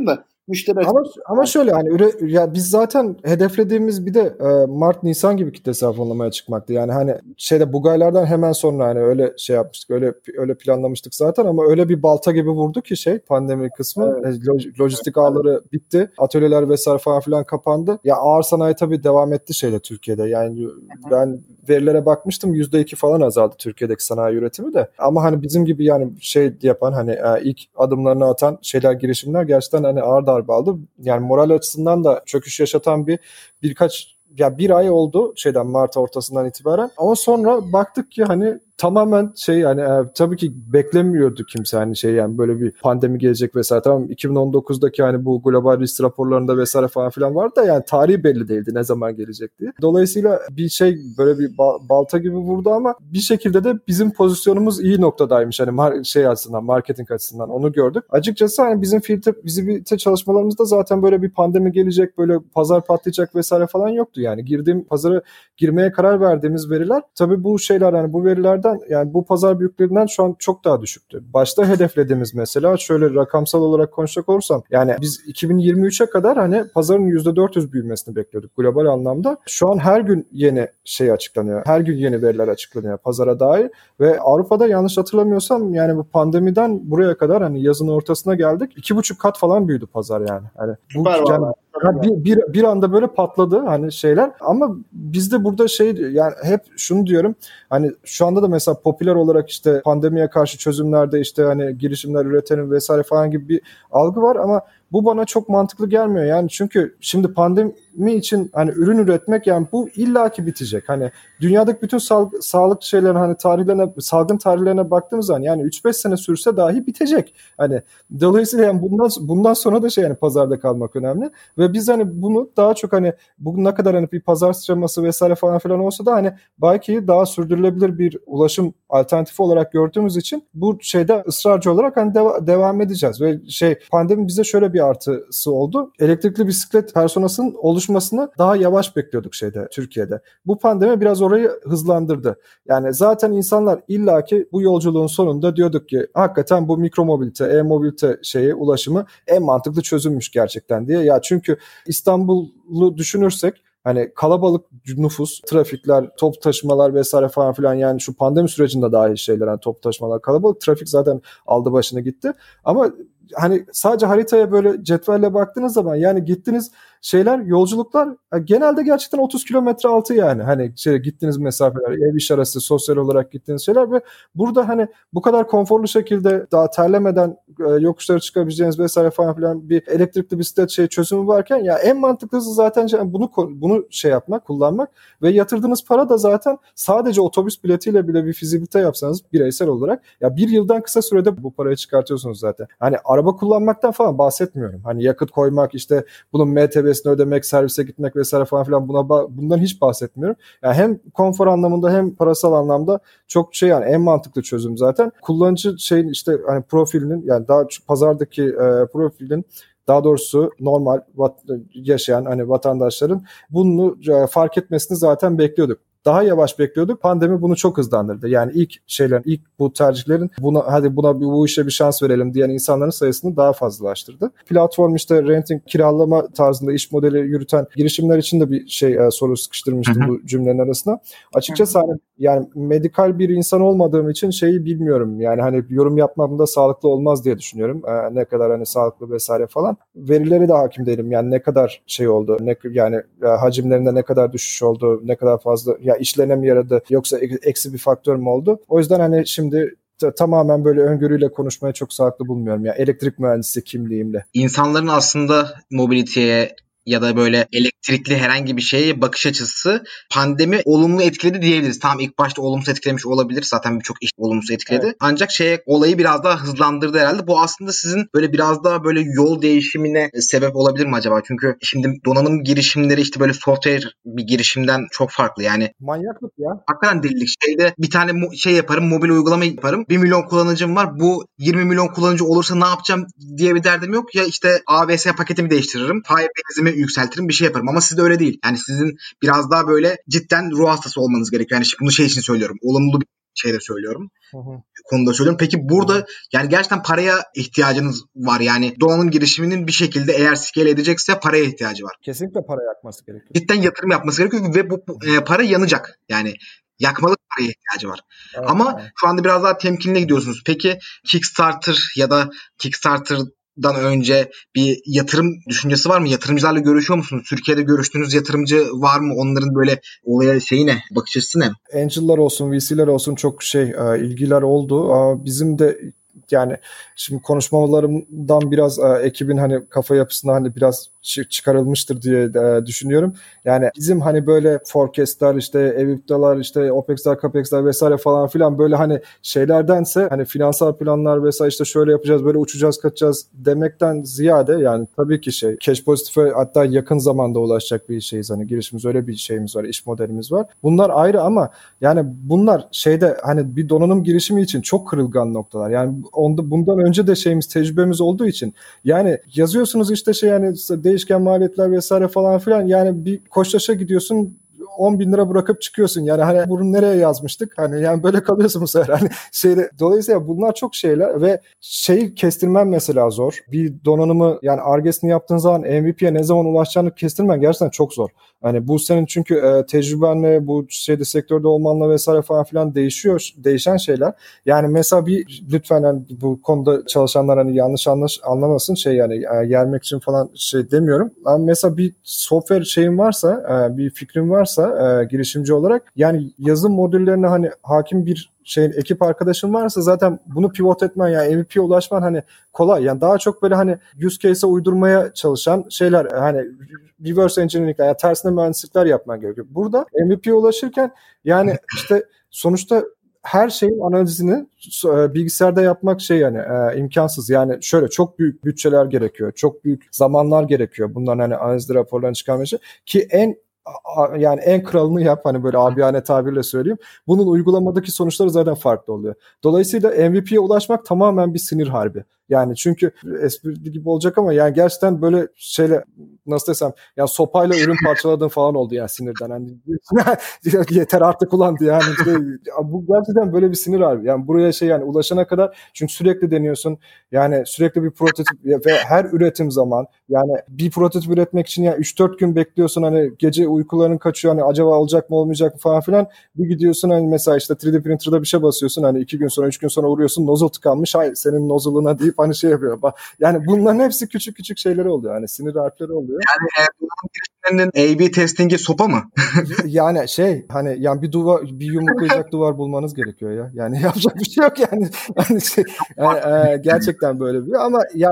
Müşteri Ama ama şöyle hani üre, ya biz zaten hedeflediğimiz bir de e, Mart Nisan gibi kitlesel fonlamaya çıkmaktı. Yani hani şeyde Bugaylardan hemen sonra hani öyle şey yapmıştık. Öyle öyle planlamıştık zaten ama öyle bir balta gibi vurdu ki şey pandemi kısmı. Evet. E, loj, lojistik ağları bitti. Atölyeler vesaire falan filan kapandı. Ya ağır sanayi tabii devam etti şeyde Türkiye'de. Yani ben verilere bakmıştım yüzde iki falan azaldı Türkiye'deki sanayi üretimi de. Ama hani bizim gibi yani şey yapan hani e, ilk adımlarını atan şeyler girişimler gerçekten hani ağır darbe aldı. Yani moral açısından da çöküş yaşatan bir birkaç ya bir ay oldu şeyden Mart ortasından itibaren. Ama sonra baktık ki hani tamamen şey yani e, tabii ki beklemiyordu kimse hani şey yani böyle bir pandemi gelecek vesaire. Tamam iki bin on dokuzdaki hani bu global risk raporlarında vesaire falan filan vardı da yani tarihi belli değildi ne zaman gelecek diye. Dolayısıyla bir şey böyle bir ba- balta gibi vurdu ama bir şekilde de bizim pozisyonumuz iyi noktadaymış hani mar- şey açısından marketing açısından onu gördük. Açıkçası hani bizim filtre vizibilite çalışmalarımızda zaten böyle bir pandemi gelecek böyle pazar patlayacak vesaire falan yoktu yani. Girdiğim pazara girmeye karar verdiğimiz veriler tabii bu şeyler yani bu verilerden yani bu pazar büyüklerinden şu an çok daha düşüktü. Başta hedeflediğimiz mesela şöyle rakamsal olarak konuşacak olursam yani biz iki bin yirmi üçe kadar hani pazarın yüzde dört yüz büyümesini bekliyorduk global anlamda. Şu an her gün yeni şey açıklanıyor. Her gün yeni veriler açıklanıyor pazara dair ve Avrupa'da yanlış hatırlamıyorsam yani bu pandemiden buraya kadar hani yazın ortasına geldik. iki buçuk kat falan büyüdü pazar yani. Yani bu yani Ha, bir, bir, bir anda böyle patladı hani şeyler ama bizde burada şey yani hep şunu diyorum hani şu anda da mesela popüler olarak işte pandemiye karşı çözümlerde işte hani girişimler üretelim vesaire falan gibi bir algı var ama bu bana çok mantıklı gelmiyor yani çünkü şimdi pandemi için hani ürün üretmek yani bu illaki bitecek. Hani dünyadaki bütün sağlık, sağlık şeylerin hani tarihlerine salgın tarihlerine baktığımız zaman yani üç beş sene sürse dahi bitecek. Hani dolayısıyla yani bundan bundan sonra da şey yani pazarda kalmak önemli ve biz hani bunu daha çok hani bugün ne kadar hani bir pazar sıçraması vesaire falan filan olsa da hani belki daha sürdürülebilir bir ulaşım alternatifi olarak gördüğümüz için bu şeyde ısrarcı olarak hani deva- devam edeceğiz ve şey pandemi bize şöyle bir artısı oldu. Elektrikli bisiklet personasının oluşmasını daha yavaş bekliyorduk şeyde Türkiye'de. Bu pandemi biraz orayı hızlandırdı. Yani zaten insanlar illaki bu yolculuğun sonunda diyorduk ki hakikaten bu mikromobilite, e-mobilite şeyi ulaşımı en mantıklı çözülmüş gerçekten diye. Ya çünkü İstanbul'u düşünürsek hani kalabalık nüfus, trafikler, top taşımalar vesaire falan filan yani şu pandemi sürecinde dahi şeyler hani top taşımalar kalabalık, trafik zaten aldı başını gitti. Ama hani sadece haritaya böyle cetvelle baktığınız zaman yani gittiniz şeyler yolculuklar genelde gerçekten otuz kilometre altı yani hani şey gittiğiniz mesafeler ev iş arası sosyal olarak gittiğiniz şeyler ve burada hani bu kadar konforlu şekilde daha terlemeden e, yokuşlara çıkabileceğiniz vesaire falan filan bir elektrikli bisiklet şey çözümü varken ya en mantıklısı zaten şey, bunu bunu şey yapmak kullanmak ve yatırdığınız para da zaten sadece otobüs biletiyle bile bir fizibilite yapsanız bireysel olarak ya bir yıldan kısa sürede bu parayı çıkartıyorsunuz zaten. Hani araba kullanmaktan falan bahsetmiyorum. Hani yakıt koymak işte bunun M T B'sini ödemek, servise gitmek vesaire falan filan buna bundan hiç bahsetmiyorum. Yani hem konfor anlamında hem parasal anlamda çok şey yani en mantıklı çözüm zaten. Kullanıcı şeyin işte hani profilinin yani daha pazardaki e, profilin daha doğrusu normal vat- yaşayan hani vatandaşların bunu e, fark etmesini zaten bekliyorduk. Daha yavaş bekliyorduk. Pandemi bunu çok hızlandırdı. Yani ilk şeylerin, ilk bu tercihlerin buna hadi buna bu işe bir şans verelim diyen insanların sayısını daha fazlalaştırdı. Platform işte renting, kiralama tarzında iş modeli yürüten girişimler için de bir şey e, soru sıkıştırmıştım bu cümlenin arasına. Açıkçası hani yani medikal bir insan olmadığım için şeyi bilmiyorum. Yani hani yorum yapmam da sağlıklı olmaz diye düşünüyorum. E, ne kadar hani sağlıklı vesaire falan. Verileri de hakim değilim. Yani ne kadar şey oldu, ne yani e, hacimlerinde ne kadar düşüş oldu, ne kadar fazla ya işlerine mi yaradı yoksa eksi bir faktör mü oldu? O yüzden hani şimdi t- tamamen böyle öngörüyle konuşmaya çok sağlıklı bulmuyorum. Ya elektrik mühendisi kimliğimle. İnsanların aslında mobiliteye ya da böyle elektrikli herhangi bir şeye bakış açısı pandemi olumlu etkiledi diyebiliriz. Tamam ilk başta olumsuz etkilemiş olabilir. Zaten birçok iş olumsuz etkiledi. Evet. Ancak şeye olayı biraz daha hızlandırdı herhalde. Bu aslında sizin böyle biraz daha böyle yol değişimine sebep olabilir mi acaba? Çünkü şimdi donanım girişimleri işte böyle software bir girişimden çok farklı. Yani manyaklık ya. Hakikaten delilik. Şeyde bir tane mo- şey yaparım, mobil uygulama yaparım. bir milyon kullanıcım var. Bu yirmi milyon kullanıcı olursa ne yapacağım diye bir derdim yok. Ya işte A W S paketimi değiştiririm. Fire base'imi yükseltirim. Bir şey yaparım. Ama sizde öyle değil. Yani sizin biraz daha böyle cidden ruh hastası olmanız gerekiyor. Yani bunu şey için söylüyorum. Olumlu bir şeyde söylüyorum. Hı hı. Konuda söylüyorum. Peki burada yani gerçekten paraya ihtiyacınız var. Yani donanım girişiminin bir şekilde eğer scale edecekse paraya ihtiyacı var. Kesinlikle para yakması gerekiyor. Cidden yatırım yapması gerekiyor ve bu, bu e, para yanacak. Yani yakmalık paraya ihtiyacı var. Evet, Ama evet. şu anda biraz daha temkinli gidiyorsunuz. Peki Kickstarter ya da Kickstarter'dan önce bir yatırım düşüncesi var mı? Yatırımcılarla görüşüyor musunuz? Türkiye'de görüştüğünüz yatırımcı var mı? Onların böyle olaya şeyi ne? Bakış açısı ne? Angel'lar olsun, V C'ler olsun çok şey ilgiler oldu. Bizim de yani şimdi konuşmalarımdan biraz ekibin hani kafa yapısına hani biraz çıkarılmıştır diye e, düşünüyorum. Yani bizim hani böyle forecast'lar işte EBITDA'lar işte OPEX'ler, CAPEX'ler vesaire falan filan böyle hani şeylerdense hani finansal planlar vesaire işte şöyle yapacağız böyle uçacağız kaçacağız demekten ziyade yani tabii ki şey cash pozitife hatta yakın zamanda ulaşacak bir şeyiz hani girişimimiz öyle bir şeyimiz var, iş modelimiz var. Bunlar ayrı ama yani bunlar şeyde hani bir donanım girişimi için çok kırılgan noktalar. Yani onda, bundan önce de şeyimiz tecrübemiz olduğu için yani yazıyorsunuz işte şey yani değişken maliyetler vesaire falan filan yani bir Koçtaş'a gidiyorsun on bin lira bırakıp çıkıyorsun yani hani bunu nereye yazmıştık hani yani böyle kalıyorsun bu sefer hani şeyde dolayısıyla bunlar çok şeyler ve şeyi kestirmen mesela zor bir donanımı yani Ar-Ge'sini yaptığın zaman M V P'ye ne zaman ulaşacağını kestirmen gerçekten çok zor. Hani bu senin çünkü e, tecrübenle bu şeyde sektörde olmanla vesaire falan filan değişiyor değişen şeyler. Yani mesela bir lütfen yani bu konuda çalışanlar hani yanlış anlaş, anlamasın şey yani e, gelmek için falan şey demiyorum. Ama mesela bir software şeyin varsa e, bir fikrin varsa e, girişimci olarak yani yazılım modüllerine hani hakim bir şeyin ekip arkadaşın varsa zaten bunu pivot etmen yani M V P'ye ulaşman hani kolay. Yani daha çok böyle hani use case'e uydurmaya çalışan şeyler hani reverse engineering yani tersine mühendislikler yapman gerekiyor. Burada M V P'ye ulaşırken yani işte sonuçta her şeyin analizini bilgisayarda yapmak şey yani e, imkansız. Yani şöyle çok büyük bütçeler gerekiyor. Çok büyük zamanlar gerekiyor. Bunların hani analizli raporlarını çıkarması ki en yani en kralını yap hani böyle abiyane tabirle söyleyeyim. Bunun uygulamadaki sonuçları zaten farklı oluyor. Dolayısıyla M V P'ye ulaşmak tamamen bir sinir harbi. Yani çünkü espri gibi olacak ama yani gerçekten böyle şeyle nasıl desem yani sopayla ürün parçaladığın falan oldu yani sinirden. Hani yeter artık ulan diye yani işte, bu gerçekten böyle bir sinir harbi. Yani buraya şey yani ulaşana kadar çünkü sürekli deniyorsun. Yani sürekli bir prototip ve her üretim zaman yani bir prototip üretmek için yani üç dört gün bekliyorsun hani gece uykuların kaçıyor hani acaba olacak mı olmayacak mı falan filan bir gidiyorsun hani mesela işte üç D printer'da bir şey basıyorsun hani iki gün sonra üç gün sonra uğruyorsun nozzle tıkanmış hay senin nozzle'ına deyip hani şey yapıyor. Yani bunların hepsi küçük küçük şeyleri oluyor hani sinir harfleri oluyor. Yani e, A B testingi sopa mı? Yani şey hani yani bir duvar bir yumruklayacak duvar bulmanız gerekiyor ya. Yani yapacak bir şey yok yani. Yani şey, yani, e, gerçekten böyle bir ama ya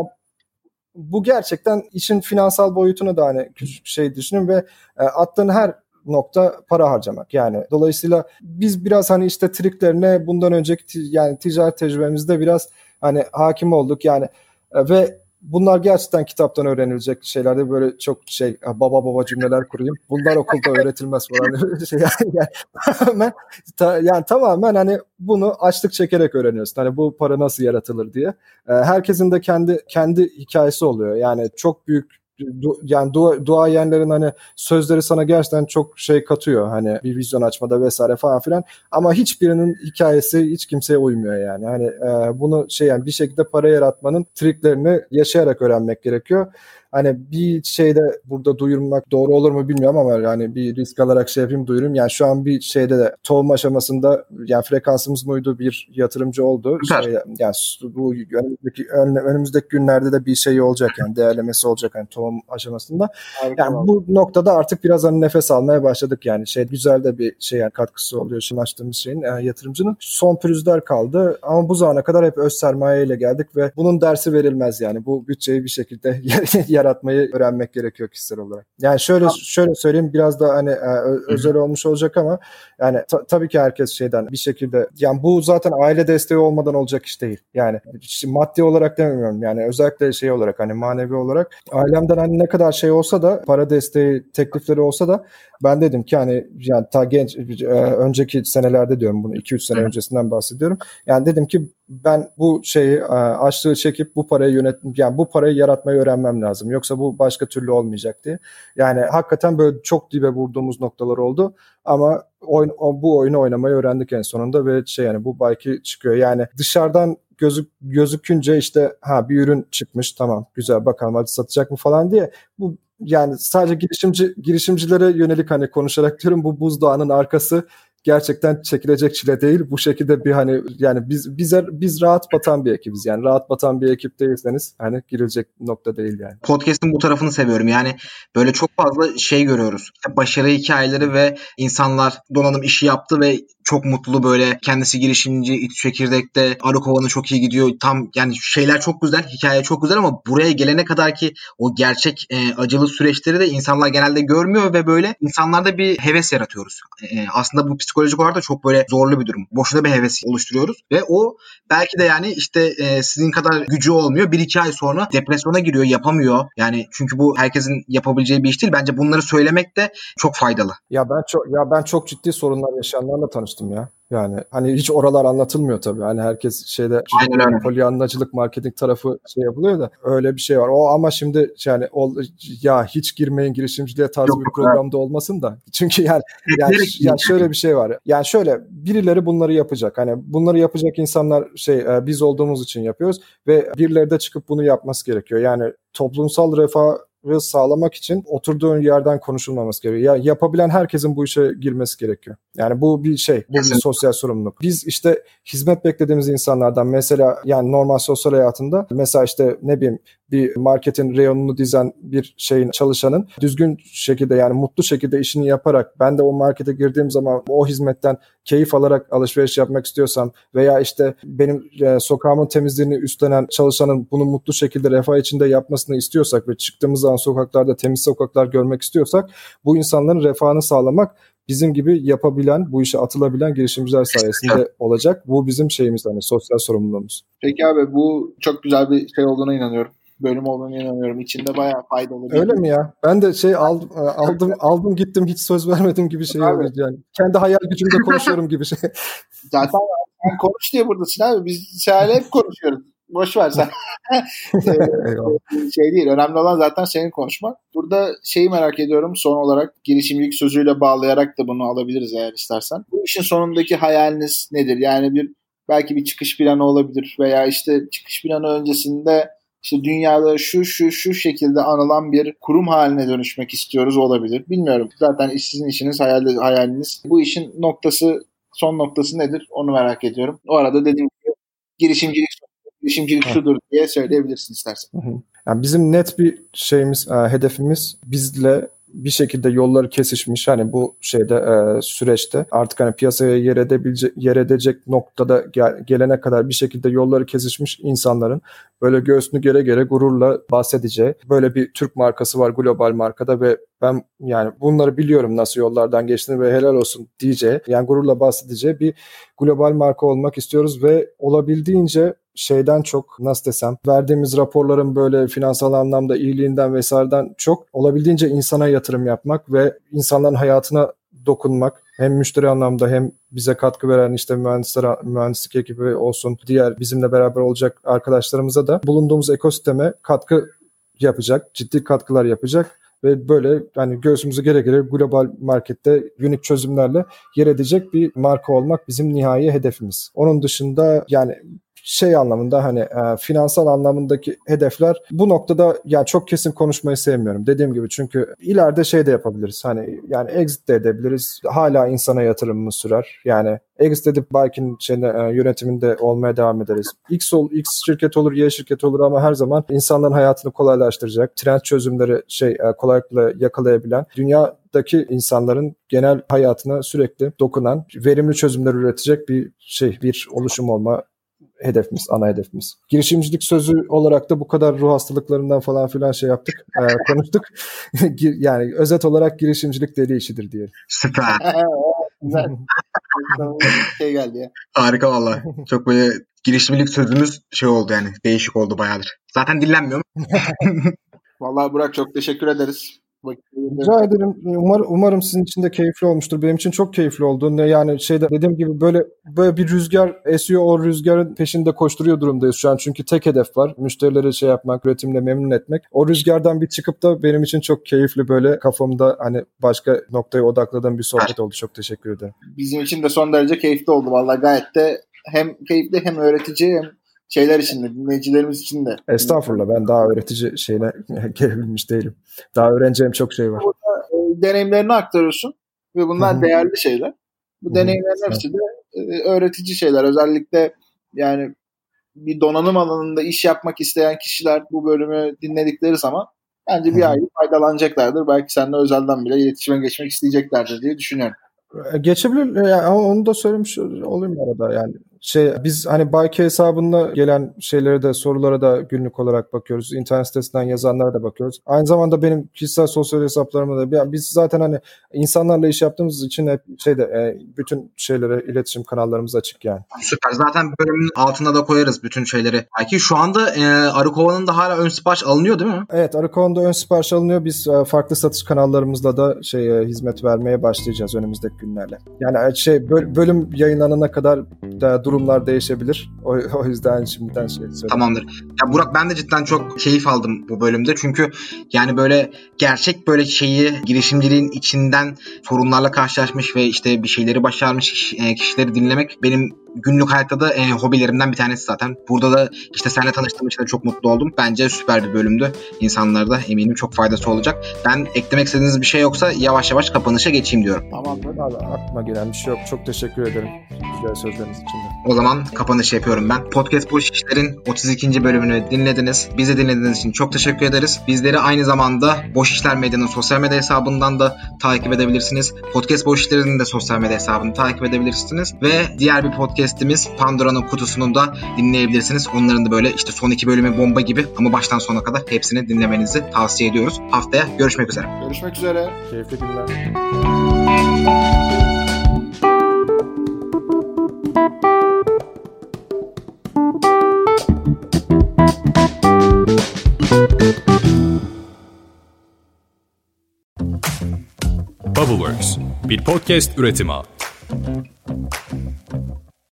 bu gerçekten işin finansal boyutunu da hani küçük şey düşünün ve e, attığın her nokta para harcamak yani. Dolayısıyla biz biraz hani işte triklerine bundan önceki t- yani ticaret tecrübemizde biraz hani hakim olduk yani e, ve bunlar gerçekten kitaptan öğrenilecek şeylerde böyle çok şey baba baba cümleler kurayım. Bunlar okulda öğretilmez falan şey yani, yani tamamen ta, yani tamamen hani bunu açlık çekerek öğreniyorsun. Hani bu para nasıl yaratılır diye. E, herkesin de kendi kendi hikayesi oluyor. Yani çok büyük du, yani dua, duayenlerin hani sözleri sana gerçekten çok şey katıyor. Hani bir vizyon açmada vesaire falan filan. Ama hiçbirinin hikayesi hiç kimseye uymuyor yani. Hani e, bunu şey yani bir şekilde para yaratmanın triklerini yaşayarak öğrenmek gerekiyor. Hani bir şeyde burada duyurmak doğru olur mu bilmiyorum ama yani bir risk alarak şey yapayım duyurayım. Yani şu an bir şeyde de tohum aşamasında yani frekansımız muydu bir yatırımcı oldu. Şey, yani bu önümüzdeki, önümüzdeki günlerde de bir şey olacak yani değerlemesi olacak yani tohum aşamasında. Harika yani oldu. Bu noktada artık biraz hani nefes almaya başladık yani şey güzel de bir şey yani katkısı oluyor şimdi açtığımız şeyin yani yatırımcının. Son pürüzler kaldı ama bu zamana kadar hep öz sermaye ile geldik ve bunun dersi verilmez yani bu bütçeyi bir şekilde yaratmayı öğrenmek gerekiyor kişisel olarak. Yani şöyle şöyle söyleyeyim biraz da hani e, özel olmuş olacak ama yani ta, tabii ki herkes şeyden bir şekilde yani bu zaten aile desteği olmadan olacak iş değil. Yani maddi olarak demiyorum yani özellikle şey olarak hani manevi olarak ailemden hani ne kadar şey olsa da para desteği teklifleri olsa da ben dedim ki hani yani ta genç önceki senelerde diyorum bunu iki üç sene öncesinden bahsediyorum. Yani dedim ki ben bu şeyi açlığı çekip bu parayı yönet yani bu parayı yaratmayı öğrenmem lazım. Yoksa bu başka türlü olmayacak diye. Yani hakikaten böyle çok dibe vurduğumuz noktalar oldu ama oyun, bu oyunu oynamayı öğrendik en sonunda ve şey yani bu belki çıkıyor. Yani dışarıdan gözük gözükünce işte ha bir ürün çıkmış, tamam güzel, bakalım hadi satacak mı falan diye bu yani sadece girişimci girişimcilere yönelik hani konuşarak diyorum, bu buzdağının arkası gerçekten çekilecek çile değil. Bu şekilde bir hani yani biz bize biz rahat batan bir ekibiz. Yani rahat batan bir ekip değilseniz hani girilecek nokta değil yani. Podcast'ın bu tarafını seviyorum. Yani böyle çok fazla şey görüyoruz. İşte başarı hikayeleri ve insanlar donanım işi yaptı ve çok mutlu, böyle kendisi girişimci, İTÜ Çekirdek'te arı kovanı çok iyi gidiyor. Tam yani şeyler çok güzel, hikaye çok güzel ama buraya gelene kadar ki o gerçek e, acılı süreçleri de insanlar genelde görmüyor ve böyle insanlarda bir heves yaratıyoruz. E, aslında bu psikolojik olarak da çok böyle zorlu bir durum. Boşuna bir heves oluşturuyoruz ve o belki de yani işte e, sizin kadar gücü olmuyor. Bir iki ay sonra depresyona giriyor, yapamıyor. Yani çünkü bu herkesin yapabileceği bir iş değil. Bence bunları söylemek de çok faydalı. Ya ben çok ya ben çok ciddi sorunlar yaşayanlarla tanıştım ya. Yani hani hiç oralar anlatılmıyor tabii. Hani herkes şeyde polyanlacılık, marketing tarafı şey yapılıyor da öyle bir şey var. O ama şimdi yani o, ya hiç girmeyin girişimciliğe tarzı Yok, bir programda olmasın da. Çünkü yani, yani, yani şöyle bir şey var. Yani şöyle birileri bunları yapacak. Hani bunları yapacak insanlar şey biz olduğumuz için yapıyoruz ve birileri de çıkıp bunu yapması gerekiyor. Yani toplumsal refah sağlamak için oturduğun yerden konuşulmaması gerekiyor. Ya yapabilen herkesin bu işe girmesi gerekiyor. Yani bu bir şey, bu bir sosyal sorumluluk. Biz işte hizmet beklediğimiz insanlardan mesela yani normal sosyal hayatında mesela işte ne bileyim bir marketin reyonunu dizen bir şeyin çalışanın düzgün şekilde yani mutlu şekilde işini yaparak ben de o markete girdiğim zaman o hizmetten keyif alarak alışveriş yapmak istiyorsam veya işte benim e, sokağımın temizliğini üstlenen çalışanın bunu mutlu şekilde refah içinde yapmasını istiyorsak ve çıktığımız zaman sokaklarda temiz sokaklar görmek istiyorsak bu insanların refahını sağlamak bizim gibi yapabilen, bu işe atılabilen girişimciler sayesinde olacak. Bu bizim şeyimiz hani sosyal sorumluluğumuz. Peki abi bu çok güzel bir şey olduğuna inanıyorum. Bölüm olduğuna inanıyorum. İçinde bayağı faydalı. Öyle mi ya? Ben de şey aldım aldım aldım gittim hiç söz vermedim gibi şey oldu yani. Kendi hayal gücümde konuşuyorum gibi şey. Zaten sen konuş diye buradasın abi. Biz seninle hep konuşuyoruz. Boş ver sen. şey değil. Önemli olan zaten senin konuşmak. Burada şeyi merak ediyorum. Son olarak girişimcilik sözüyle bağlayarak da bunu alabiliriz eğer istersen. Bu işin sonundaki hayaliniz nedir? Yani bir belki bir çıkış planı olabilir veya işte çıkış planı öncesinde işte dünyada şu şu şu şekilde anılan bir kurum haline dönüşmek istiyoruz olabilir. Bilmiyorum. Zaten sizin işiniz, hayal, hayaliniz. Bu işin noktası, son noktası nedir? Onu merak ediyorum. O arada dediğim gibi girişimcilik girişimcilik şudur diye söyleyebilirsin istersen. Hı hı. Yani bizim net bir şeyimiz, hedefimiz bizle bir şekilde yolları kesişmiş hani bu şeyde e, süreçte artık hani piyasaya yer edebilecek yer edecek noktada gel, gelene kadar bir şekilde yolları kesişmiş insanların böyle göğsünü gere gere gururla bahsedeceği böyle bir Türk markası var global markada ve ben yani bunları biliyorum nasıl yollardan geçtiğini ve helal olsun diyeceği yani gururla bahsedeceği bir global marka olmak istiyoruz ve olabildiğince şeyden çok nasıl desem verdiğimiz raporların böyle finansal anlamda iyiliğinden vesaireden çok olabildiğince insana yatırım yapmak ve insanların hayatına dokunmak hem müşteri anlamda hem bize katkı veren işte mühendisler, mühendislik ekibi olsun diğer bizimle beraber olacak arkadaşlarımıza da bulunduğumuz ekosisteme katkı yapacak, ciddi katkılar yapacak ve böyle hani göğsümüzü gere gere global markette unik çözümlerle yer edecek bir marka olmak bizim nihai hedefimiz. Onun dışında yani şey anlamında hani e, finansal anlamındaki hedefler bu noktada yani çok kesin konuşmayı sevmiyorum. Dediğim gibi çünkü ileride şey de yapabiliriz. Hani yani exit de edebiliriz. Hala insana yatırımımız sürer. Yani exit edip Bike'in şeyine, e, yönetiminde olmaya devam ederiz. X, ol, X şirket olur, Y şirket olur ama her zaman insanların hayatını kolaylaştıracak, trend çözümleri şey e, kolaylıkla yakalayabilen, dünyadaki insanların genel hayatına sürekli dokunan, verimli çözümler üretecek bir şey, bir oluşum olma hedefimiz, ana hedefimiz. Girişimcilik sözü olarak da bu kadar ruh hastalıklarından falan filan şey yaptık, e, konuştuk. Yani özet olarak girişimcilik deli işidir diyelim. Süper. Güzel. şey geldi ya. Harika valla. Çok böyle girişimcilik sözümüz şey oldu yani. Değişik oldu bayağıdır. Zaten dinlenmiyor mu? Vallahi Burak çok teşekkür ederiz. Rica ederim. Umar, umarım sizin için de keyifli olmuştur. Benim için çok keyifli oldu. Yani şeyde dediğim gibi böyle böyle bir rüzgar esiyor. O rüzgarın peşinde koşturuyor durumdayız şu an. Çünkü tek hedef var. Müşterileri şey yapmak, üretimle memnun etmek. O rüzgardan bir çıkıp da benim için çok keyifli, böyle kafamda hani başka noktaya odakladığım bir sohbet oldu. Çok teşekkür ederim. Bizim için de son derece keyifli oldu. Vallahi gayet de hem keyifli hem öğretici hem şeyler için de, dinleyicilerimiz için de. Estağfurullah, ben daha öğretici şeyine gelebilmiş değilim. Daha öğreneceğim çok şey var. Burada e, deneyimlerini aktarıyorsun ve bunlar Hı-hı. değerli şeyler. Bu Hı-hı. deneyimlerin hepsi de e, öğretici şeyler. Özellikle yani bir donanım alanında iş yapmak isteyen kişiler bu bölümü dinledikleri zaman bence bir ayrı faydalanacaklardır. Belki seninle özelden bile iletişime geçmek isteyeceklerdir diye düşünüyorum. Geçebilir yani, ama onu da söylemiş olayım arada yani. Şey, biz hani Bayki hesabında gelen şeylere de, sorulara da günlük olarak bakıyoruz. İnternet sitesinden yazanlara da bakıyoruz. Aynı zamanda benim kişisel sosyal hesaplarıma da, yani biz zaten hani insanlarla iş yaptığımız için hep şeyde e, bütün şeylere, iletişim kanallarımız açık yani. Süper. Zaten bölümün altına da koyarız bütün şeyleri. Belki şu anda e, Arıkova'nın da hala ön sipariş alınıyor değil mi? Evet, Arıkova'nda ön sipariş alınıyor. Biz e, farklı satış kanallarımızla da şey e, hizmet vermeye başlayacağız önümüzdeki günlerle. Yani şey bölüm yayınlanana kadar da durumlar değişebilir. O, o yüzden şimdiden şey söyleyeyim. Tamamdır. Ya Burak, ben de cidden çok keyif aldım bu bölümde. Çünkü yani böyle gerçek böyle şeyi, girişimciliğin içinden sorunlarla karşılaşmış ve işte bir şeyleri başarmış kişileri dinlemek benim günlük hayatta da e, hobilerimden bir tanesi zaten. Burada da işte seninle tanıştığım için de çok mutlu oldum. Bence süper bir bölümdü. İnsanlara da eminim çok faydası olacak. Ben eklemek istediğiniz bir şey yoksa yavaş yavaş kapanışa geçeyim diyorum. Tamam, abi, aklıma gelen bir şey yok. Çok teşekkür ederim güzel sözleriniz için de. O zaman kapanış yapıyorum ben. Podcast Boş İşler'in otuz ikinci bölümünü dinlediniz. Bizi dinlediğiniz için çok teşekkür ederiz. Bizleri aynı zamanda Boş İşler Medya'nın sosyal medya hesabından da takip edebilirsiniz. Podcast Boş İşler'in de sosyal medya hesabını takip edebilirsiniz. Ve diğer bir podcast'imiz Pandora'nın Kutusu'nu da dinleyebilirsiniz. Onların da böyle işte son iki bölümü bomba gibi ama baştan sona kadar hepsini dinlemenizi tavsiye ediyoruz. Haftaya görüşmek üzere. Görüşmek üzere. Keyifli günler. Bubbleworks, bir podcast üretimi.